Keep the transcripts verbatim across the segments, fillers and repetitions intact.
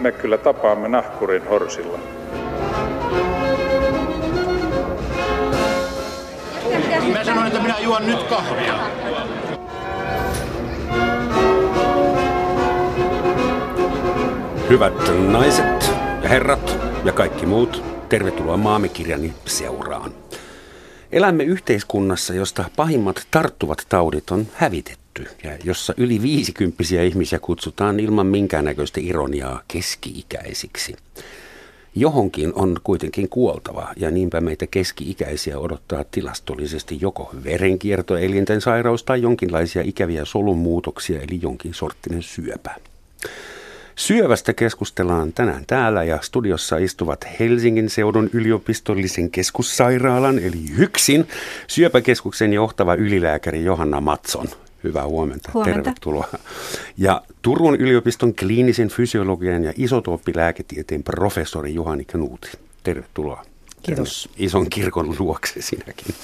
me kyllä tapaamme nahkurin horsilla. Mä sanoin, että minä juon nyt kahvia. Hyvät naiset ja herrat ja kaikki muut, tervetuloa Maamekirjani seuraan. Elämme yhteiskunnassa, josta pahimmat tarttuvat taudit on hävitetty ja jossa yli viisikymppisiä ihmisiä kutsutaan ilman minkäännäköistä ironiaa keski-ikäisiksi. Johonkin on kuitenkin kuoltava ja niinpä meitä keski-ikäisiä odottaa tilastollisesti joko verenkierto, elinten sairaus tai jonkinlaisia ikäviä solumuutoksia eli jonkin sorttinen syöpä. Syövästä keskustellaan tänään täällä ja studiossa istuvat Helsingin seudun yliopistollisen keskussairaalan eli HYKSin syöpäkeskuksen johtava ylilääkäri Johanna Mattsson. Hyvää huomenta. Huomenta. Tervetuloa. Ja Turun yliopiston kliinisen fysiologian ja isotooppilääketieteen professori Juhani Knuuti. Tervetuloa. Kiitos. Ison kirkon luokse sinäkin.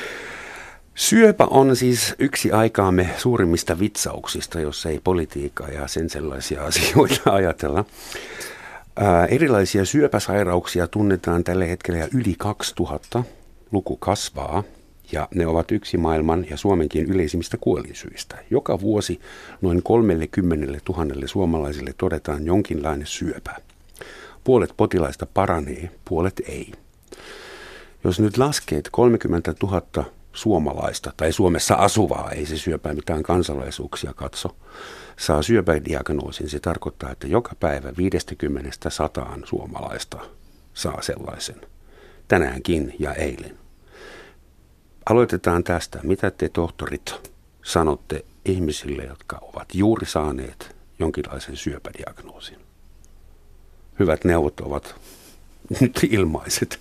Syöpä on siis yksi aikaamme suurimmista vitsauksista, jos ei politiikkaa ja sen sellaisia asioita ajatella. Ää, erilaisia syöpäsairauksia tunnetaan tällä hetkellä yli kaksituhatta. Luku kasvaa ja ne ovat yksi maailman ja Suomenkin yleisimmistä kuolinsyistä. Joka vuosi noin kolmekymmentätuhatta suomalaisille todetaan jonkinlainen syöpä. Puolet potilaista paranee, puolet ei. Jos nyt laskeet kolmekymmentätuhatta suomalaista tai Suomessa asuvaa, ei se syöpää mitään kansalaisuuksia katso, saa syöpädiagnoosin. Se tarkoittaa, että joka päivä viidestäkymmenestä sataan suomalaista saa sellaisen. Tänäänkin ja eilen. Aloitetaan tästä. Mitä te tohtorit sanotte ihmisille, jotka ovat juuri saaneet jonkinlaisen syöpädiagnoosin? Hyvät neuvot ovat nyt ilmaiset.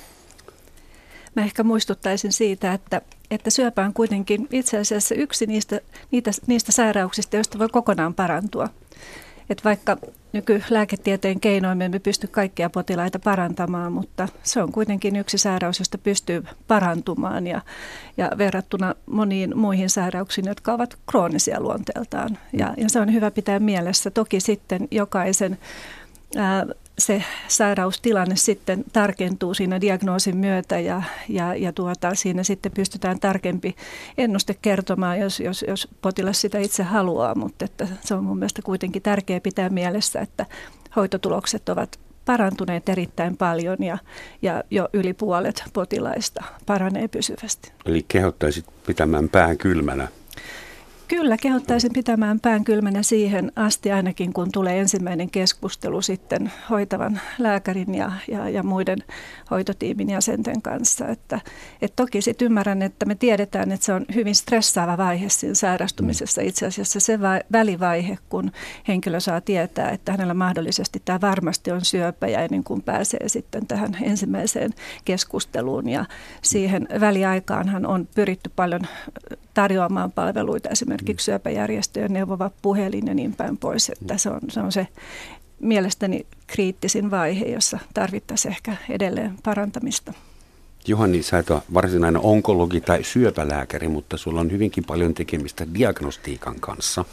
Mä ehkä muistuttaisin siitä, että, että syöpä on kuitenkin itse asiassa yksi niistä, niitä, niistä sairauksista, joista voi kokonaan parantua. Et vaikka nykylääketieteen keinoin me emme pysty kaikkia potilaita parantamaan, mutta se on kuitenkin yksi sairaus, josta pystyy parantumaan ja, ja verrattuna moniin muihin sairauksiin, jotka ovat kroonisia luonteeltaan. Ja, ja se on hyvä pitää mielessä. Toki sitten jokaisen ää, se sairaustilanne sitten tarkentuu siinä diagnoosin myötä ja, ja, ja tuota, siinä sitten pystytään tarkempi ennuste kertomaan, jos, jos, jos potilas sitä itse haluaa, mutta että se on mun mielestä kuitenkin tärkeää pitää mielessä, että hoitotulokset ovat parantuneet erittäin paljon ja, ja jo yli puolet potilaista paranee pysyvästi. Eli kehottaisit pitämään pään kylmänä. Kyllä, kehottaisin pitämään pään kylmänä siihen asti ainakin, kun tulee ensimmäinen keskustelu sitten hoitavan lääkärin ja, ja, ja muiden hoitotiimin jäsenten kanssa. Että, et toki sitten ymmärrän, että me tiedetään, että se on hyvin stressaava vaihe siinä sairastumisessa. Itse asiassa se va- välivaihe, kun henkilö saa tietää, että hänellä mahdollisesti tämä varmasti on syöpä ja ennen kuin pääsee sitten tähän ensimmäiseen keskusteluun. Ja siihen väliaikaanhan on pyritty paljon tarjoamaan palveluita, esimerkiksi syöpäjärjestöjen neuvova puhelin ja niin päin pois. Että se, on, se on se mielestäni kriittisin vaihe, jossa tarvittaisiin ehkä edelleen parantamista. Juhani, sä et ole varsinainen onkologi tai syöpälääkäri, mutta sulla on hyvinkin paljon tekemistä diagnostiikan kanssa.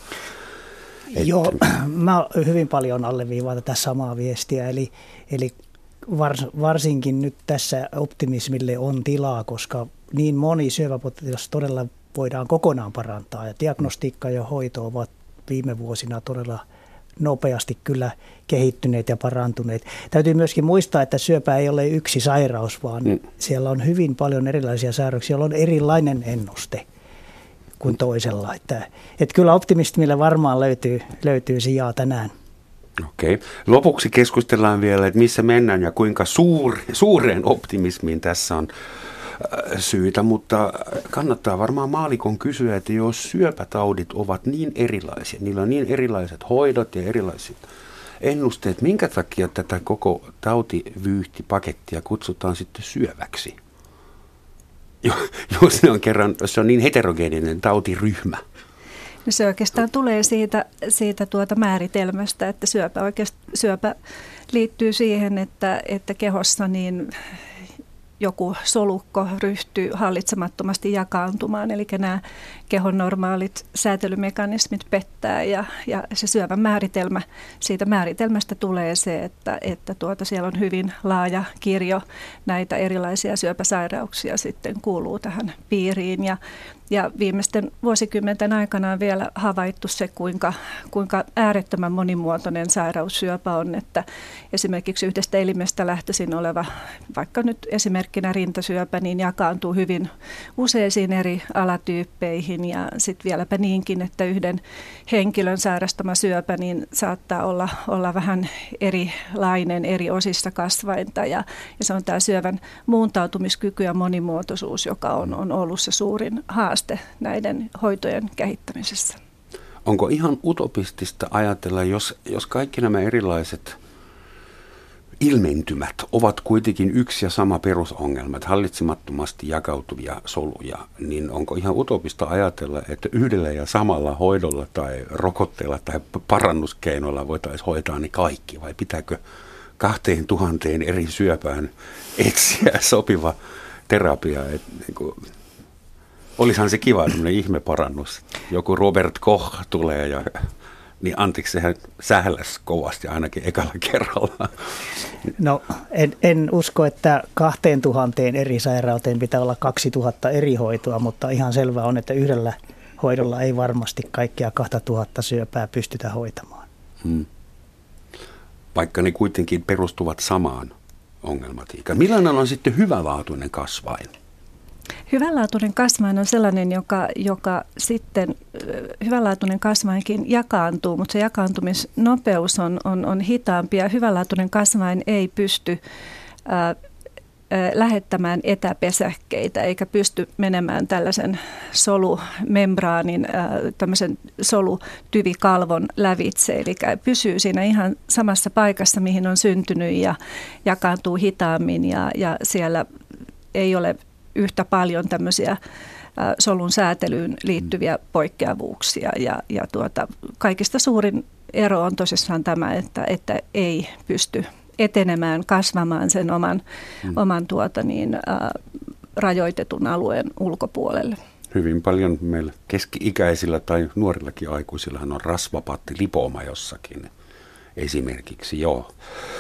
Joo, mä hyvin paljon alleviivaan tätä samaa viestiä, eli, eli vars, varsinkin nyt tässä optimismille on tilaa, koska niin moni syöpäpotilas todella voidaan kokonaan parantaa ja diagnostiikka ja hoito ovat viime vuosina todella nopeasti kyllä kehittyneet ja parantuneet. Täytyy myöskin muistaa, että syöpä ei ole yksi sairaus, vaan mm. siellä on hyvin paljon erilaisia sairauksia, joilla on erilainen ennuste kuin toisella. Että, että kyllä optimismille varmaan löytyy, löytyy sijaa tänään. Okei. Lopuksi keskustellaan vielä, että missä mennään ja kuinka suur, suureen optimismiin tässä on syytä, mutta kannattaa varmaan maallikon kysyä, että jos syöpätaudit ovat niin erilaisia, niillä on niin erilaiset hoidot ja erilaiset ennusteet, minkä takia tätä koko tautivyyhtipakettia kutsutaan sitten syöväksi? Jos ne on kerran, jos se on niin heterogeeninen tautiryhmä. No se oikeastaan tulee siitä, siitä tuota määritelmästä, että syöpä, oikeastaan, syöpä liittyy siihen, että, että kehossa niin joku solukko ryhtyy hallitsemattomasti jakaantumaan, eli nämä kehon normaalit säätelymekanismit pettää ja, ja se syövän määritelmä, siitä määritelmästä tulee se, että, että tuota, siellä on hyvin laaja kirjo näitä erilaisia syöpäsairauksia sitten kuuluu tähän piiriin ja Ja viimeisten vuosikymmenten aikana on vielä havaittu se, kuinka, kuinka äärettömän monimuotoinen sairaus syöpä on, että esimerkiksi yhdestä elimestä lähtöisin oleva, vaikka nyt esimerkkinä rintasyöpä, niin jakaantuu hyvin useisiin eri alatyyppeihin ja sitten vieläpä niinkin, että yhden henkilön sairastama syöpä niin saattaa olla, olla vähän erilainen eri osissa kasvainta ja, ja se on tämä syövän muuntautumiskyky ja monimuotoisuus, joka on, on ollut se suurin haaste näiden hoitojen kehittämisessä. Onko ihan utopistista ajatella, jos, jos kaikki nämä erilaiset ilmentymät ovat kuitenkin yksi ja sama perusongelma, hallitsemattomasti jakautuvia soluja, niin onko ihan utopista ajatella, että yhdellä ja samalla hoidolla tai rokotteella tai parannuskeinoilla voitaisiin hoitaa ne kaikki, vai pitääkö kahteen tuhanteen eri syöpään etsiä sopiva terapia? Et, niin kuin, olisihan se kiva, semmoinen ihmeparannus. Joku Robert Koch tulee ja niin anteeksi, sehän sähläsi kovasti ainakin ekalla kerralla. No en, en usko, että kahteen tuhanteen eri sairauteen pitää olla kaksi tuhatta eri hoitoa, mutta ihan selvää on, että yhdellä hoidolla ei varmasti kaikkia kahta tuhatta syöpää pystytä hoitamaan. Hmm. Vaikka ne kuitenkin perustuvat samaan ongelmatiikkaan. Millainen on sitten hyvälaatuinen kasvain? Hyvänlaatuinen kasvain on sellainen, joka, joka sitten, hyvänlaatuinen kasvainkin jakaantuu, mutta se jakaantumisnopeus on, on, on hitaampi ja hyvänlaatuinen kasvain ei pysty ää, ää, lähettämään etäpesäkkeitä eikä pysty menemään tällaisen solumembraanin, ää, tämmöisen solutyvikalvon lävitse, eli pysyy siinä ihan samassa paikassa, mihin on syntynyt ja jakaantuu hitaammin ja, ja siellä ei ole yhtä paljon tämmöisiä solun säätelyyn liittyviä poikkeavuuksia ja, ja tuota, kaikista suurin ero on tosissaan tämä, että, että ei pysty etenemään, kasvamaan sen oman, mm. oman tuota niin, ä, rajoitetun alueen ulkopuolelle. Hyvin paljon meillä keski-ikäisillä tai nuorillakin aikuisillahan on rasvapatti-lipooma jossakin esimerkiksi, joo.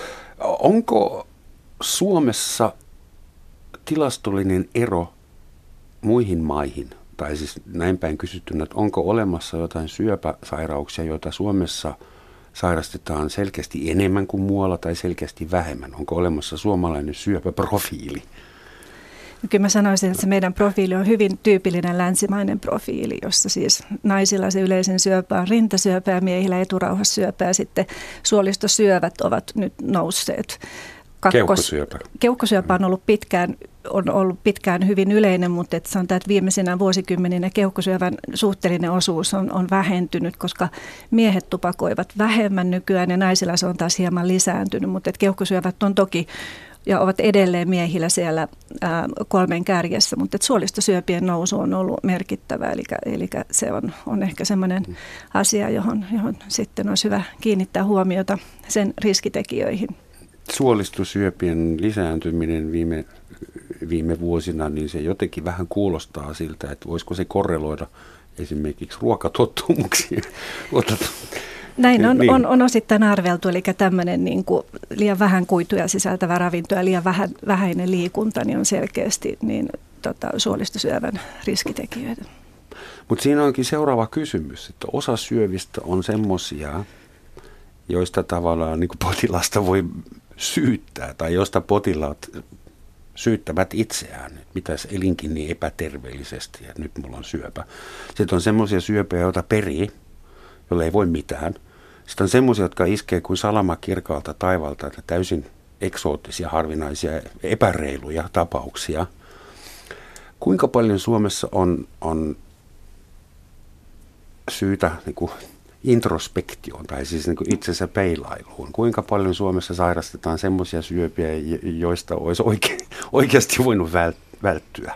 Onko Suomessa tilastollinen ero muihin maihin, tai siis näin päin kysyttynä, että onko olemassa jotain syöpäsairauksia, joita Suomessa sairastetaan selkeästi enemmän kuin muualla tai selkeästi vähemmän? Onko olemassa suomalainen syöpäprofiili? Kyllä mä sanoisin, että se meidän profiili on hyvin tyypillinen länsimainen profiili, jossa siis naisilla se yleisin syöpä on rintasyöpä ja miehillä eturauhassyöpä ja sitten suolistosyövät ovat nyt nousseet. Kakkos, keuhkosyöpä. Keuhkosyöpä on ollut pitkään, on ollut pitkään hyvin yleinen, mutta että sanotaan, että viimeisinä vuosikymmeninä keuhkosyövän suhteellinen osuus on, on vähentynyt, koska miehet tupakoivat vähemmän nykyään ja naisilla se on taas hieman lisääntynyt, mutta että keuhkosyövät on toki ja ovat edelleen miehillä siellä ää, kolmen kärjessä, mutta että suolistosyöpien nousu on ollut merkittävä, eli, eli se on, on ehkä semmoinen asia, johon, johon sitten olisi hyvä kiinnittää huomiota sen riskitekijöihin. Suolistosyöpien lisääntyminen viime, viime vuosina, niin se jotenkin vähän kuulostaa siltä, että voisiko se korreloida esimerkiksi ruokatottumuksiin. Näin on, niin. on, on osittain arveltu, eli tämmöinen niin kuin liian vähän kuituja sisältävä ravinto ja liian vähän, vähäinen liikunta niin on selkeästi niin, tota, suolistosyövän riskitekijöitä. Mutta siinä onkin seuraava kysymys, että osa syövistä on semmoisia, joista tavallaan niin kuin potilasta voi syyttää tai josta potilaat syyttävät itseään, että mitäs elinkin niin epäterveellisesti ja nyt mulla on syöpä. Sitten on semmoisia syöpiä, joita perii, jolle ei voi mitään. Sitten on semmoisia, jotka iskee kuin salama kirkaalta taivalta, että täysin eksoottisia, harvinaisia, epäreiluja tapauksia. Kuinka paljon Suomessa on, on syytä niin kuin introspektioon tai siis niin kuin itsensä peilailuun? Kuinka paljon Suomessa sairastetaan semmoisia syöpiä, joista olisi oike, oikeasti voinut välttyä?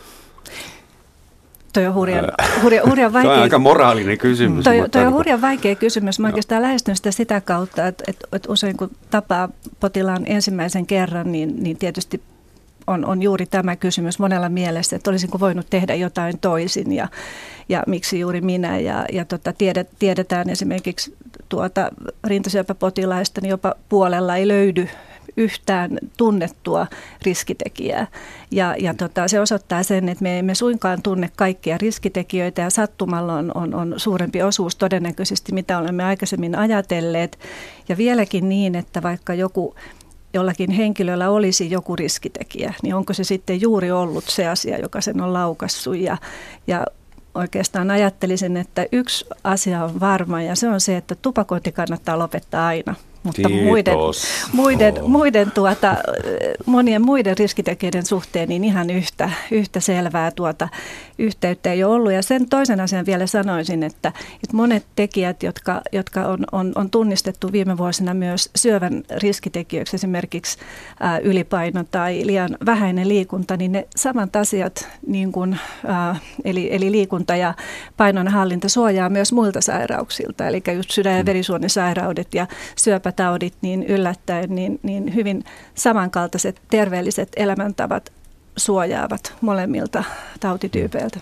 Toi on hurjan, hurja, hurjan vaikea. Toi on aika moraalinen kysymys. Toi, toi on hurjan vaikea kysymys. Mä oikeastaan lähestyn sitä sitä kautta, että, että, että usein kun tapaa potilaan ensimmäisen kerran, niin, niin tietysti on, on juuri tämä kysymys monella mielessä, että olisinko voinut tehdä jotain toisin ja, ja miksi juuri minä. Ja, ja tota, tiedet, tiedetään esimerkiksi tuota rintasyöpäpotilaista, niin jopa puolella ei löydy yhtään tunnettua riskitekijää. Ja, ja tota, se osoittaa sen, että me emme suinkaan tunne kaikkia riskitekijöitä ja sattumalla on, on, on suurempi osuus todennäköisesti, mitä olemme aikaisemmin ajatelleet. Ja vieläkin niin, että vaikka joku, jollakin henkilöllä olisi joku riskitekijä, niin onko se sitten juuri ollut se asia, joka sen on laukassut. Ja, ja oikeastaan ajattelisin, että yksi asia on varma ja se on se, että tupakointi kannattaa lopettaa aina. Mutta muiden, muiden, oh. muiden tuota, monien muiden riskitekijöiden suhteen niin ihan yhtä, yhtä selvää tuota yhteyttä ei ole ollut. Ja sen toisen asian vielä sanoisin, että, että monet tekijät, jotka, jotka on, on, on tunnistettu viime vuosina myös syövän riskitekijöiksi, esimerkiksi ää, ylipaino tai liian vähäinen liikunta, niin ne samat asiat, niin kuin, ää, eli, eli liikunta ja painonhallinta suojaa myös muilta sairauksilta, eli just sydän- ja verisuonisairaudet ja syöpä taudit, niin yllättäen niin, niin hyvin samankaltaiset terveelliset elämäntavat suojaavat molemmilta tautityypeiltä.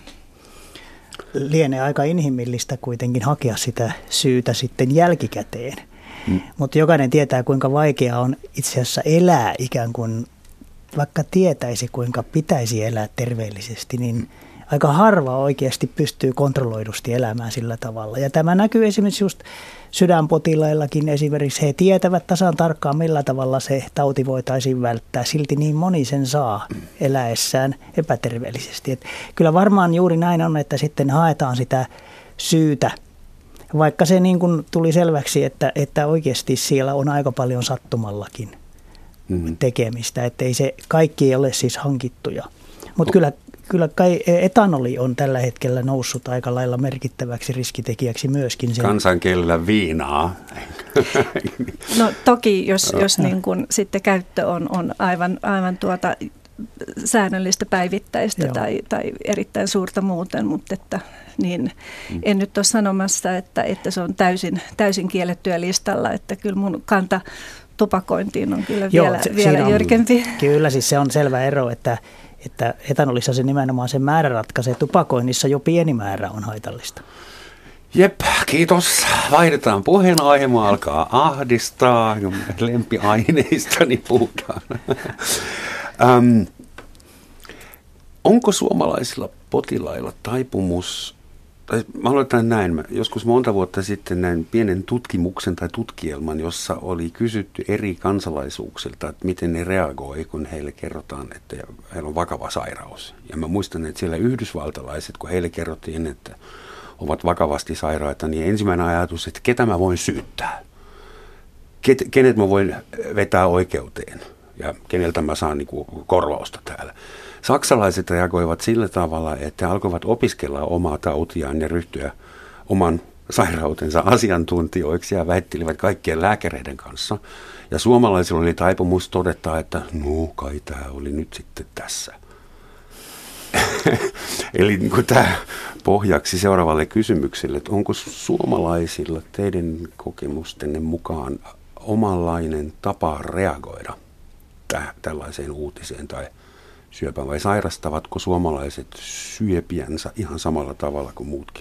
Lienee aika inhimillistä kuitenkin hakea sitä syytä sitten jälkikäteen, mm. mutta jokainen tietää, kuinka vaikeaa on itse asiassa elää ikään kuin, vaikka tietäisi kuinka pitäisi elää terveellisesti, niin aika harva oikeasti pystyy kontrolloidusti elämään sillä tavalla. Ja tämä näkyy esimerkiksi just sydänpotilaillakin esimerkiksi. He tietävät tasan tarkkaan, millä tavalla se tauti voitaisiin välttää. Silti niin moni sen saa eläessään epäterveellisesti. Et kyllä varmaan juuri näin on, että sitten haetaan sitä syytä. Vaikka se niin kuin tuli selväksi, että, että oikeasti siellä on aika paljon sattumallakin mm-hmm. tekemistä. Että ei se kaikki ei ole siis hankittuja. Mutta kyllä Kyllä kai etanoli on tällä hetkellä noussut aika lailla merkittäväksi riskitekijäksi myöskin. Sen. Kansankielellä viinaa. No toki, jos, jos niin kun sitten käyttö on, on aivan, aivan tuota säännöllistä päivittäistä tai, tai erittäin suurta muuten, mutta että, niin, mm. en nyt ole sanomassa, että, että se on täysin, täysin kiellettyä listalla, että kyllä mun kanta tupakointiin on kyllä Joo, vielä, se, vielä on, jyrkempi. Kyllä, siis se on selvä ero, että että etanolissa se nimenomaan se määrä ratkaisee. Tupakoinnissa jo pieni määrä on haitallista. Jep, kiitos. Vaihdetaan puheenaihe. Mua alkaa ahdistaa. Lempiaineista niin puhutaan. ähm, onko suomalaisilla potilailla taipumus, tai mä aloitan näin, mä joskus monta vuotta sitten näin pienen tutkimuksen tai tutkielman, jossa oli kysytty eri kansalaisuuksilta, että miten ne reagoi, kun heille kerrotaan, että heillä on vakava sairaus. Ja mä muistan, että siellä yhdysvaltalaiset, kun heille kerrottiin, että ovat vakavasti sairaita, niin ensimmäinen ajatus, että ketä mä voin syyttää, Ket, kenet mä voin vetää oikeuteen ja keneltä mä saan niin kuin korvausta täällä. Saksalaiset reagoivat sillä tavalla, että alkoivat opiskella omaa tautiaan ja ryhtyä oman sairautensa asiantuntijoiksi ja väittelivät kaikkien lääkäreiden kanssa. Ja suomalaisilla oli taipumus todeta, että no kai tämä oli nyt sitten tässä. Eli niin kuin tämä pohjaksi seuraavalle kysymykselle, että onko suomalaisilla teidän kokemustenne mukaan omanlainen tapa reagoida täh- tällaiseen uutiseen tai syöpään, vai sairastavatko suomalaiset syöpiänsä ihan samalla tavalla kuin muutkin?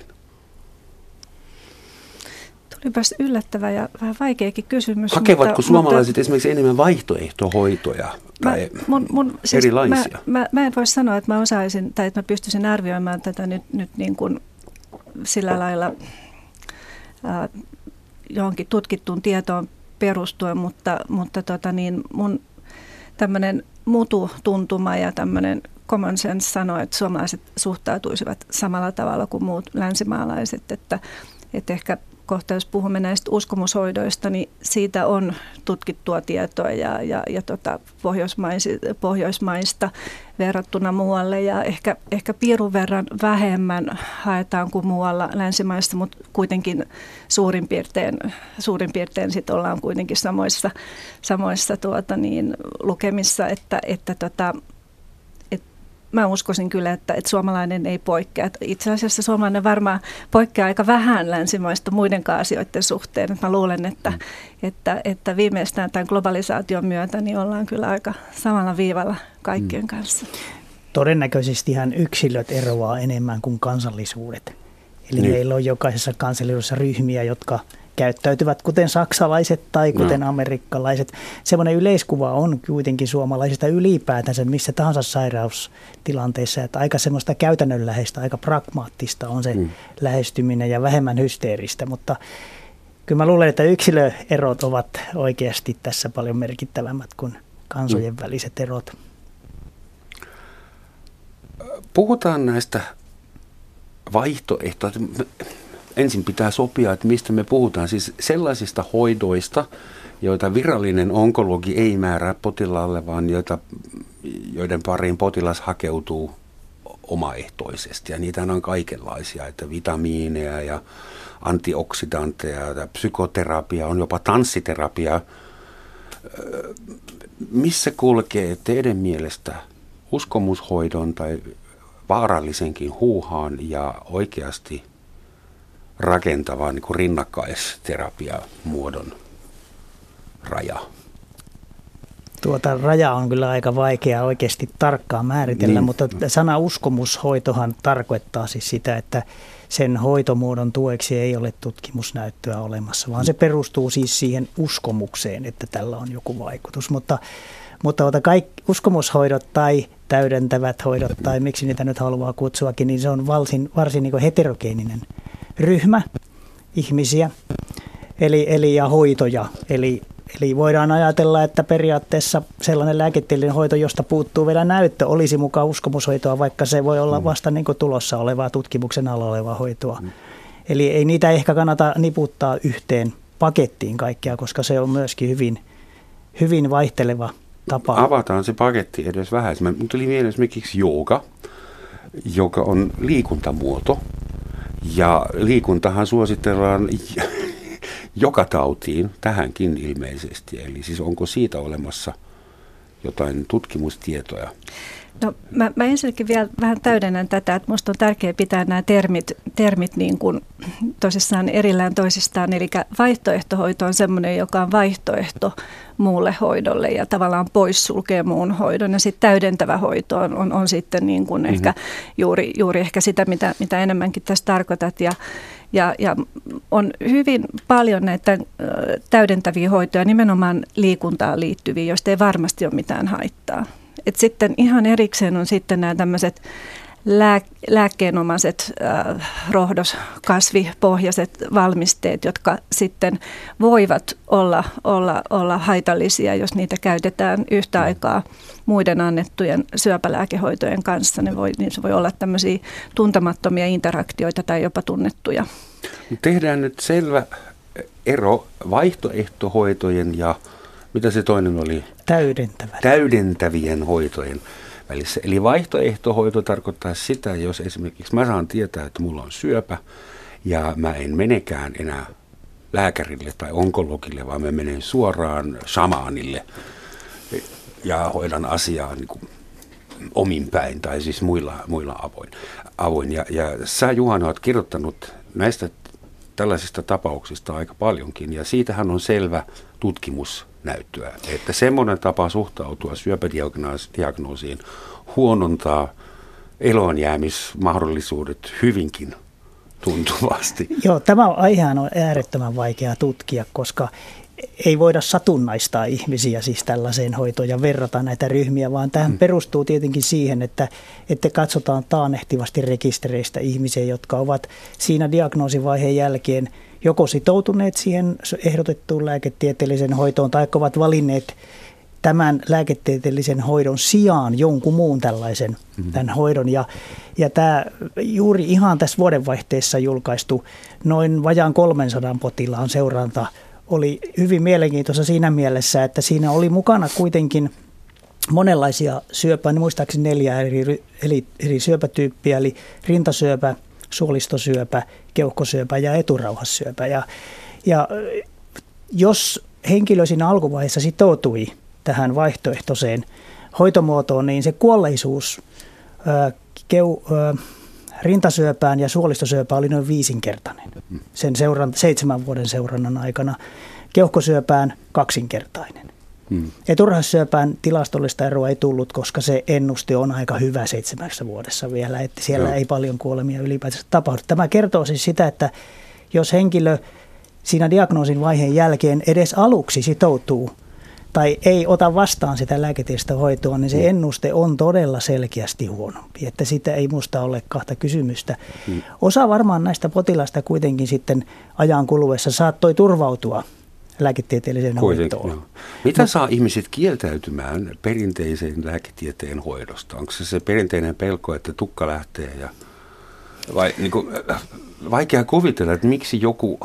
Tulipas yllättävä ja vähän vaikeakin kysymys. Hakevatko mutta, suomalaiset mutta, esimerkiksi enemmän vaihtoehtohoitoja tai mä, mun, mun, siis erilaisia? Mä, mä, mä en voi sanoa, että mä osaisin tai että mä pystyisin arvioimaan tätä nyt, nyt niin kuin sillä lailla äh, johonkin tutkittuun tietoon perustuen, mutta, mutta tota niin, mun tämmöinen mututuntuma ja tämmöinen common sense sanoo, että suomalaiset suhtautuisivat samalla tavalla kuin muut länsimaalaiset, että, että ehkä kohta, jos puhumme näistä uskomushoidoista, niin siitä on tutkittua tietoa ja, ja, ja tota Pohjoismaista verrattuna muualle ja ehkä, ehkä piirun verran vähemmän haetaan kuin muualla länsimaissa, mutta kuitenkin suurin piirtein, suurin piirtein sit ollaan kuitenkin samoissa, samoissa tuota niin, lukemissa, että, että tota, et mä uskoisin kyllä, että, että suomalainen ei poikkea. Itse asiassa suomalainen varmaan poikkeaa aika vähän länsimaista muidenkaan asioiden suhteen. Että mä luulen, että, mm. että, että viimeistään tämän globalisaation myötä niin ollaan kyllä aika samalla viivalla kaikkien mm. kanssa. Todennäköisestihän yksilöt eroaa enemmän kuin kansallisuudet. Eli niin. meillä on jokaisessa kansallisuudessa ryhmiä, jotka käyttäytyvät kuten saksalaiset tai kuten no. amerikkalaiset. Semmoinen yleiskuva on kuitenkin suomalaisista ylipäätänsä missä tahansa sairaustilanteessa, että aika semmoista käytännönläheistä, aika pragmaattista on se mm. lähestyminen ja vähemmän hysteeristä, mutta kyllä mä luulen, että yksilöerot ovat oikeasti tässä paljon merkittävämmät kuin kansojen mm. väliset erot. Puhutaan näistä vaihtoehtoista. Ensin pitää sopia, että mistä me puhutaan. Siis sellaisista hoidoista, joita virallinen onkologi ei määrää potilaalle, vaan joita, joiden pariin potilas hakeutuu omaehtoisesti. Ja niitä on kaikenlaisia, että vitamiineja ja antioksidantteja ja psykoterapia, on jopa tanssiterapia. Missä kulkee teidän mielestä uskomushoidon tai vaarallisenkin huuhaan ja oikeasti rakentavaa niin kuin rinnakkaisterapia-muodon raja? Tuota raja on kyllä aika vaikea oikeasti tarkkaan määritellä, niin. mutta sana uskomushoitohan tarkoittaa siis sitä, että sen hoitomuodon tueksi ei ole tutkimusnäyttöä olemassa, vaan se perustuu siis siihen uskomukseen, että tällä on joku vaikutus. Mutta, mutta kaikki uskomushoidot tai täydentävät hoidot tai miksi niitä nyt haluaa kutsuakin, niin se on varsin, varsin niin kuin heterogeeninen ryhmä ihmisiä eli, eli ja hoitoja. Eli, eli voidaan ajatella, että periaatteessa sellainen lääketieteellinen hoito, josta puuttuu vielä näyttö, olisi mukaan uskomushoitoa, vaikka se voi olla vasta niin kuin tulossa olevaa tutkimuksen alla olevaa hoitoa. Mm. Eli ei niitä ehkä kannata niputtaa yhteen pakettiin kaikkea, koska se on myöskin hyvin, hyvin vaihteleva tapa. Avataan se paketti edes vähän. Minun tuli mieleen esimerkiksi jooga, joka on liikuntamuoto. Ja liikuntahan suositellaan joka tautiin, tähänkin ilmeisesti. Eli siis onko siitä olemassa jotain tutkimustietoja? No mä, mä ensinnäkin vielä vähän täydennän tätä, että minusta on tärkeää pitää nämä termit, termit niin kuin tosissaan erillään toisistaan. Eli vaihtoehtohoito on semmoinen, joka on vaihtoehto muulle hoidolle ja tavallaan poissulkee muun hoidon. Ja sitten täydentävä hoito on, on, on sitten niin kuin mm-hmm. ehkä juuri, juuri ehkä sitä, mitä, mitä enemmänkin tässä tarkoitat. Ja, ja, ja on hyvin paljon näitä täydentäviä hoitoja, nimenomaan liikuntaan liittyviä, joista ei varmasti ole mitään haittaa. Et sitten ihan erikseen on sitten nämä tämmöiset lää, lääkkeenomaiset äh, rohdoskasvipohjaiset valmisteet, jotka sitten voivat olla, olla, olla haitallisia, jos niitä käytetään yhtä aikaa muiden annettujen syöpälääkehoitojen kanssa. Ne voi, niin se voi olla tämmöisiä tuntemattomia interaktioita tai jopa tunnettuja. Tehdään nyt selvä ero vaihtoehtohoitojen ja mitä se toinen oli? Täydentävät. Täydentävien hoitojen välissä. Eli vaihtoehtohoito tarkoittaa sitä, jos esimerkiksi mä saan tietää, että mulla on syöpä ja mä en menekään enää lääkärille tai onkologille, vaan mä menen suoraan shamaanille ja hoidan asiaa niin kuin omin päin tai siis muilla, muilla avoin. avoin. Ja, ja sä, Juhana, oot kirjoittanut näistä tällaisista tapauksista aika paljonkin ja siitähän on selvä tutkimus näyttöä, että semmoinen tapa suhtautua syöpädiagnoosiin huonontaa eloonjäämismahdollisuudet hyvinkin tuntuvasti. Joo, tämä aihehan on äärettömän vaikea tutkia, koska ei voida satunnaistaa ihmisiä siis tällaiseen hoitoon ja verrata näitä ryhmiä, vaan tähän hmm. perustuu tietenkin siihen, että, että katsotaan taannehtivasti rekistereistä ihmisiä, jotka ovat siinä diagnoosivaiheen jälkeen joko sitoutuneet siihen ehdotettuun lääketieteellisen hoitoon tai ovat valinneet tämän lääketieteellisen hoidon sijaan jonkun muun tällaisen mm-hmm. tämän hoidon. Ja, ja tämä juuri ihan tässä vuodenvaihteessa julkaistu noin vajaan kolmensadan potilaan seuranta oli hyvin mielenkiintoista siinä mielessä, että siinä oli mukana kuitenkin monenlaisia syöpää, niin muistaakseni neljä eri, eri, eri syöpätyyppiä, eli rintasyöpä, suolistosyöpä, keuhkosyöpä ja eturauhassyöpä. Ja, ja jos henkilö siinä alkuvaiheessa sitoutui tähän vaihtoehtoiseen hoitomuotoon, niin se kuolleisuus keu, rintasyöpään ja suolistosyöpään oli noin viisinkertainen sen seuran, seitsemän vuoden seurannan aikana. Keuhkosyöpään kaksinkertainen. Hmm. Eturauhassyöpään tilastollista eroa ei tullut, koska se ennuste on aika hyvä seitsemässä vuodessa vielä, että siellä Joo. ei paljon kuolemia ylipäätänsä tapahdu. Tämä kertoo siis sitä, että jos henkilö siinä diagnoosin vaiheen jälkeen edes aluksi sitoutuu tai ei ota vastaan sitä lääketieteellistä hoitoa, niin se ennuste on todella selkeästi huonompi, että siitä ei musta ole kahta kysymystä. Hmm. Osa varmaan näistä potilaista kuitenkin sitten ajan kuluessa saattoi turvautua lääketieteelliseen hoitoon. No. Mitä no. saa ihmiset kieltäytymään perinteisen lääketieteen hoidosta? Onko se se perinteinen pelko, että tukka lähtee? Ja, vai niin kuin, vaikea kuvitella, että miksi joku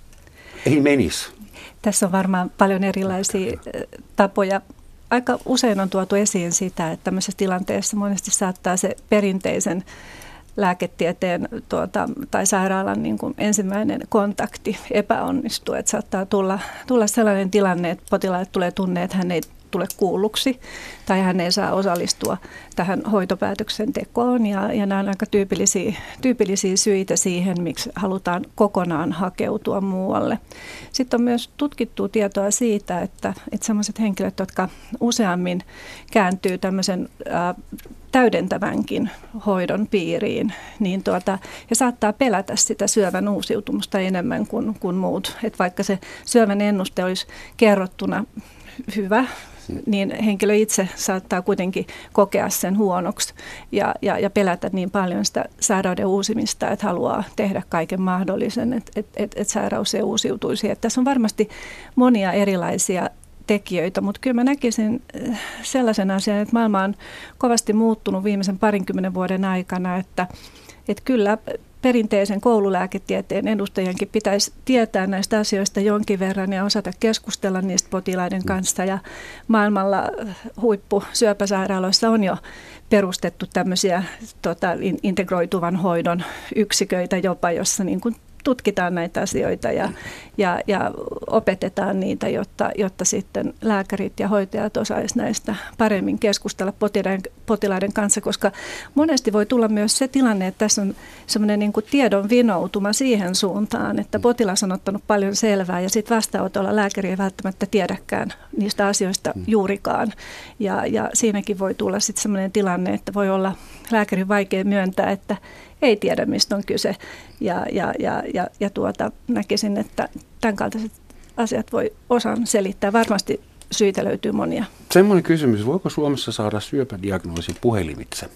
ei menisi? Tässä on varmaan paljon erilaisia tapoja. Aika usein on tuotu esiin sitä, että tämmöisessä tilanteessa monesti saattaa se perinteisen lääketieteen tuota, tai sairaalan niin kuin ensimmäinen kontakti epäonnistua. Että saattaa tulla, tulla sellainen tilanne, että potilaalle tulee tunne, että hän ei tule kuulluksi tai hän ei saa osallistua tähän hoitopäätöksentekoon. Ja, ja nämä on aika tyypillisiä, tyypillisiä syitä siihen, miksi halutaan kokonaan hakeutua muualle. Sitten on myös tutkittua tietoa siitä, että, että sellaiset henkilöt, jotka useammin kääntyy tämmöisen ää, täydentävänkin hoidon piiriin, niin tuota, ja saattaa pelätä sitä syövän uusiutumusta enemmän kuin, kuin muut. Et vaikka se syövän ennuste olisi kerrottuna hyvä, niin henkilö itse saattaa kuitenkin kokea sen huonoksi ja, ja, ja pelätä niin paljon sitä sairauden uusimista, että haluaa tehdä kaiken mahdollisen, että et, et, et sairaus ei uusiutuisi. Et tässä on varmasti monia erilaisia tekijöitä, mutta kyllä mä näkisin sellaisen asian, että maailma on kovasti muuttunut viimeisen parinkymmenen vuoden aikana, että, että kyllä perinteisen koululääketieteen edustajienkin pitäisi tietää näistä asioista jonkin verran ja osata keskustella niistä potilaiden kanssa. Ja maailmalla huippusyöpäsairaaloissa on jo perustettu tämmöisiä tota, integroituvan hoidon yksiköitä jopa, jossa niin kuin tutkitaan näitä asioita ja, ja, ja opetetaan niitä, jotta, jotta sitten lääkärit ja hoitajat osaisivat näistä paremmin keskustella potilaiden, potilaiden kanssa, koska monesti voi tulla myös se tilanne, että tässä on semmoinen niin kuin tiedon vinoutuma siihen suuntaan, että potilas on ottanut paljon selvää ja sitten vastaanotolla lääkäri ei välttämättä tiedäkään niistä asioista juurikaan. Ja, ja siinäkin voi tulla sitten semmoinen tilanne, että voi olla lääkärin vaikea myöntää, että ei tiedä, mistä on kyse. Ja, ja, ja, ja, ja tuota, näkisin, että tämän kaltaiset asiat voi osan selittää. Varmasti syitä löytyy monia. Semmoinen kysymys, voiko Suomessa saada syöpädiagnoosi puhelimitse?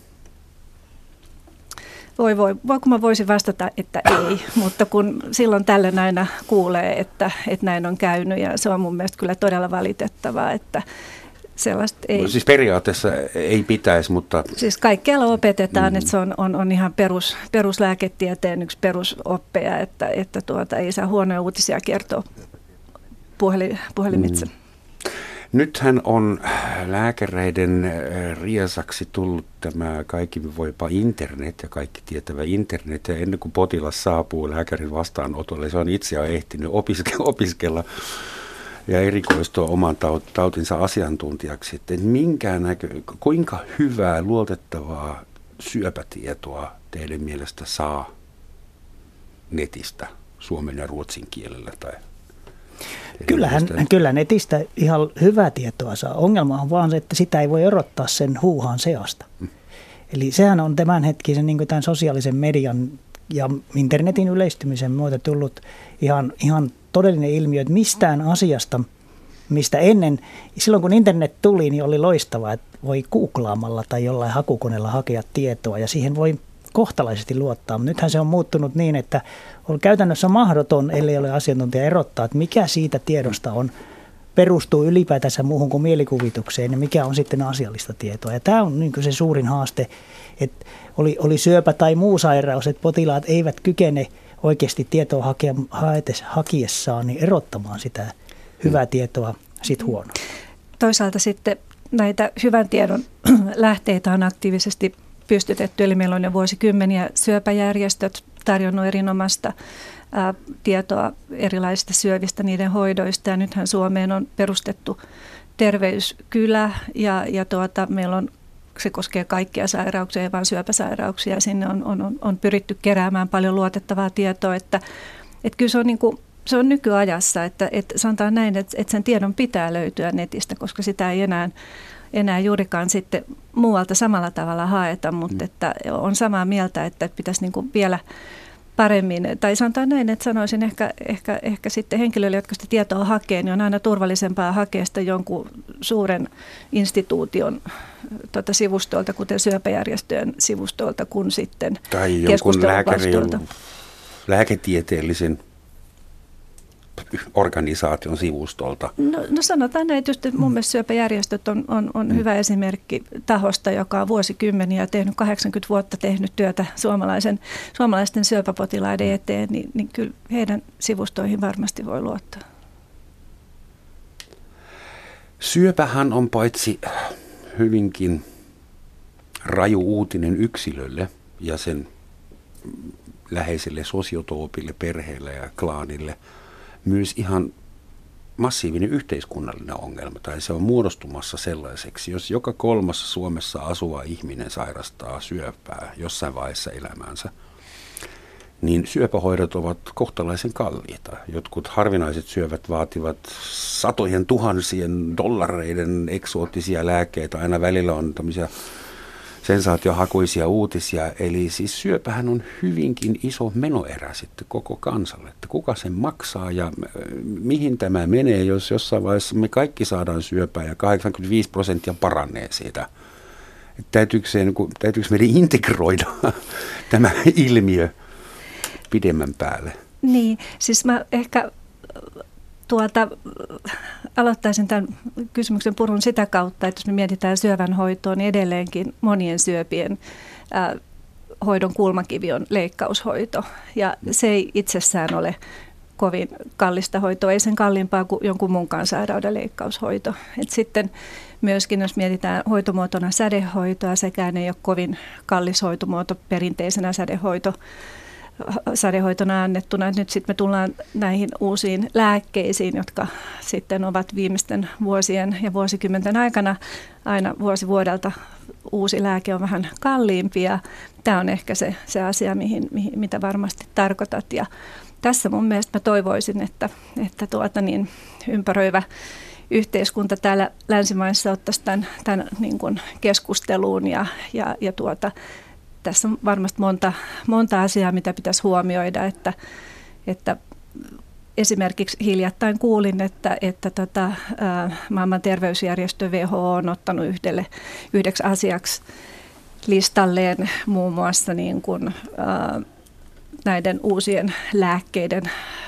Voi voi. Voiko mä voisin vastata, että ei, mutta kun silloin tällöin aina kuulee, että, että näin on käynyt ja se on mun mielestä kyllä todella valitettavaa, että sellaista ei. No siis periaatteessa ei pitäisi, mutta siis kaikkialla opetetaan, mm. että se on, on, on ihan perus, peruslääketieteen yksi perusoppeja, että, että tuota, ei saa huonoja uutisia kertoa puheli, puhelimitse. Mm. Nythän on lääkäreiden riesaksi tullut tämä kaikki voipa internet ja kaikki tietävä internet. Ja ennen kuin potilas saapuu lääkärin vastaanotolle, se on itse ehtinyt opiskella, opiskella ja erikoistua oman tautinsa asiantuntijaksi. Että minkä näkö, kuinka hyvää, luotettavaa syöpätietoa teidän mielestä saa netistä suomen ja ruotsin kielellä tai Kyllähän, kyllä netistä ihan hyvää tietoa saa. Ongelma on vaan se, että sitä ei voi erottaa sen huuhaan seasta. Hmm. Eli sehän on tämänhetkisen niin kuin tämän sosiaalisen median ja internetin yleistymisen myötä tullut ihan, ihan todellinen ilmiö, että mistään asiasta, mistä ennen, silloin kun internet tuli, niin oli loistavaa, että voi googlaamalla tai jollain hakukoneella hakea tietoa ja siihen voi kohtalaisesti luottaa. Nythän se on muuttunut niin, että on käytännössä mahdoton, ellei ole asiantuntija erottaa, että mikä siitä tiedosta on, perustuu ylipäätänsä muuhun kuin mielikuvitukseen ja mikä on sitten asiallista tietoa. Ja tämä on niin kuin se suurin haaste, että oli, oli syöpä tai muu sairaus, että potilaat eivät kykene oikeasti tietoa hakea, hakiessaan niin erottamaan sitä hyvää tietoa sit huonoa. Toisaalta sitten näitä hyvän tiedon lähteitä on aktiivisesti pystytetty, eli meillä on jo vuosikymmeniä syöpäjärjestöt tarjonnut erinomaista ää, tietoa erilaisista syövistä, niiden hoidoista, ja nythän Suomeen on perustettu terveyskylä, ja, ja tuota, meillä on se koskee kaikkia sairauksia, ei vain syöpäsairauksia. Sinne on, on, on pyritty keräämään paljon luotettavaa tietoa, että, että kyllä se on, niin kuin, se on nykyajassa, että, että sanotaan näin, että, että sen tiedon pitää löytyä netistä, koska sitä ei enää, enää juurikaan sitten muualta samalla tavalla haeta, mutta että on samaa mieltä, että pitäisi niin kuin vielä paremmin, tai sanotaan näin, että sanoisin ehkä, ehkä, ehkä sitten henkilöille, jotka sitä tietoa hakee, niin on aina turvallisempaa hakea sitä jonkun suuren instituution tuota sivustolta, kuten syöpäjärjestöjen sivustolta, kuin sitten tai jonkun lääkärin, lääketieteellisen organisaation sivustolta. No, no sanotaan näin, että just mun mielestä syöpäjärjestöt on, on, on mm. hyvä esimerkki tahosta, joka on vuosikymmeniä tehnyt, kahdeksankymmentä vuotta tehnyt työtä suomalaisen, suomalaisten syöpäpotilaiden eteen, niin, niin kyllä heidän sivustoihin varmasti voi luottaa. Syöpähän on paitsi hyvinkin raju uutinen yksilölle ja sen läheiselle sosiotoopille, perheelle ja klaanille, myös ihan massiivinen yhteiskunnallinen ongelma, tai se on muodostumassa sellaiseksi, jos joka kolmas Suomessa asuva ihminen sairastaa syöpää jossain vaiheessa elämäänsä, niin syöpähoidot ovat kohtalaisen kalliita. Jotkut harvinaiset syövät vaativat satojen tuhansien dollareiden eksoottisia lääkkeitä, aina välillä on tämmöisiä sensaatiohakuisia uutisia, eli siis syöpähän on hyvinkin iso menoerä sitten koko kansalle, että kuka sen maksaa ja mihin tämä menee, jos jossain vaiheessa me kaikki saadaan syöpää ja kahdeksankymmentäviisi prosenttia paranee siitä. Täytyykö, se, täytyykö meidän integroida tämä ilmiö pidemmän päälle? Niin, siis mä ehkä tuota, aloittaisin tämän kysymyksen purun sitä kautta, että jos me mietitään syövän hoitoa, niin edelleenkin monien syöpien ää, hoidon kulmakivi on leikkaushoito. Ja se ei itsessään ole kovin kallista hoitoa, ei sen kalliimpaa kuin jonkun muunkaan sairauden leikkaushoito. Et sitten myöskin, jos mietitään hoitomuotona sädehoitoa, sekään ei ole kovin kallis hoitomuoto perinteisenä sädehoito. Sadehoitona annettuna. Nyt sitten me tullaan näihin uusiin lääkkeisiin, jotka sitten ovat viimeisten vuosien ja vuosikymmenten aikana aina vuosi vuodelta uusi lääke on vähän kalliimpi ja tämä on ehkä se, se asia, mihin, mihin, mitä varmasti tarkoitat. Ja tässä mun mielestä mä toivoisin, että, että tuota niin, ympäröivä yhteiskunta täällä länsimaissa ottaisi tämän, tämän niin kuin keskusteluun ja, ja, ja tuota, tässä on varmasti monta, monta asiaa, mitä pitäisi huomioida, että, että esimerkiksi hiljattain kuulin, että, että tota, ää, maailman terveysjärjestö W H O on ottanut yhdelle, yhdeksi asiaksi listalleen muun muassa niin kuin, ää, näiden uusien lääkkeiden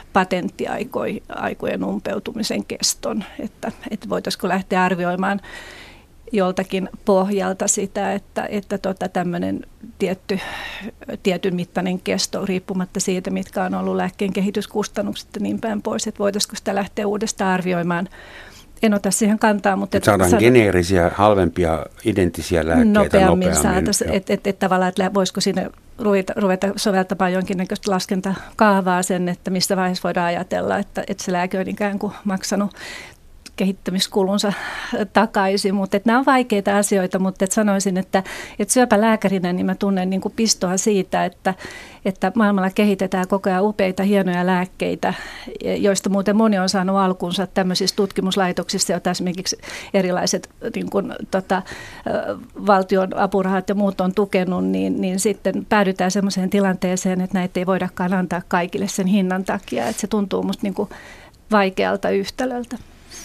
patenttiaikojen umpeutumisen keston, että, että voitaisiinko lähteä arvioimaan joltakin pohjalta sitä, että, että tota tämmöinen tietty, tietyn mittainen kesto riippumatta siitä, mitkä on ollut lääkkeen kehityskustannukset ja niin päin pois, että voitaisiinko sitä lähteä uudestaan arvioimaan. En ota siihen kantaa, mutta... Et saadaan saada, geneerisiä, halvempia, identtisiä lääkkeitä nopeammin. Nopeammin saataisiin, että et, et tavallaan, että voisiko sinne ruveta, ruveta soveltamaan jonkinnäköistä laskentakaavaa sen, että missä vaiheessa voidaan ajatella, että, että se lääke on ikään kuin maksanut kehittämiskulunsa takaisin, mutta että nämä on vaikeita asioita, mutta että sanoisin, että, että syöpälääkärinä niin mä tunnen niin kuin pistoa siitä, että, että maailmalla kehitetään koko ajan upeita, hienoja lääkkeitä, joista muuten moni on saanut alkunsa tämmöisissä tutkimuslaitoksissa, joita esimerkiksi erilaiset niin kuin, tota, valtion apurahat ja muut on tukenut, niin, niin sitten päädytään semmoiseen tilanteeseen, että näitä ei voidakaan antaa kaikille sen hinnan takia, että se tuntuu musta niin kuin vaikealta yhtälöltä.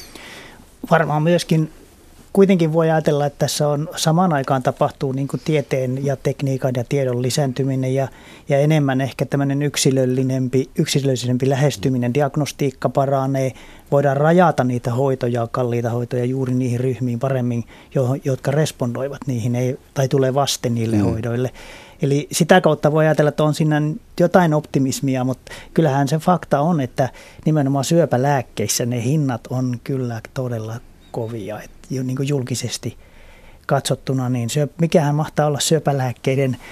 Varmaan myöskin kuitenkin voi ajatella, että tässä on samaan aikaan tapahtuu niin kuin tieteen ja tekniikan ja tiedon lisääntyminen ja, ja enemmän ehkä tämmöinen yksilöllisempi, yksilöllisempi lähestyminen, diagnostiikka paranee, voidaan rajata niitä hoitoja, kalliita hoitoja juuri niihin ryhmiin paremmin, jotka respondoivat niihin ei, tai tulee vasten niille mm. hoidoille. Eli sitä kautta voi ajatella, että on siinä jotain optimismia, mutta kyllähän se fakta on, että nimenomaan syöpälääkkeissä ne hinnat on kyllä todella kovia. Että jo niin kuin julkisesti katsottuna, niin syöp, mikähän mahtaa olla syöpälääkkeiden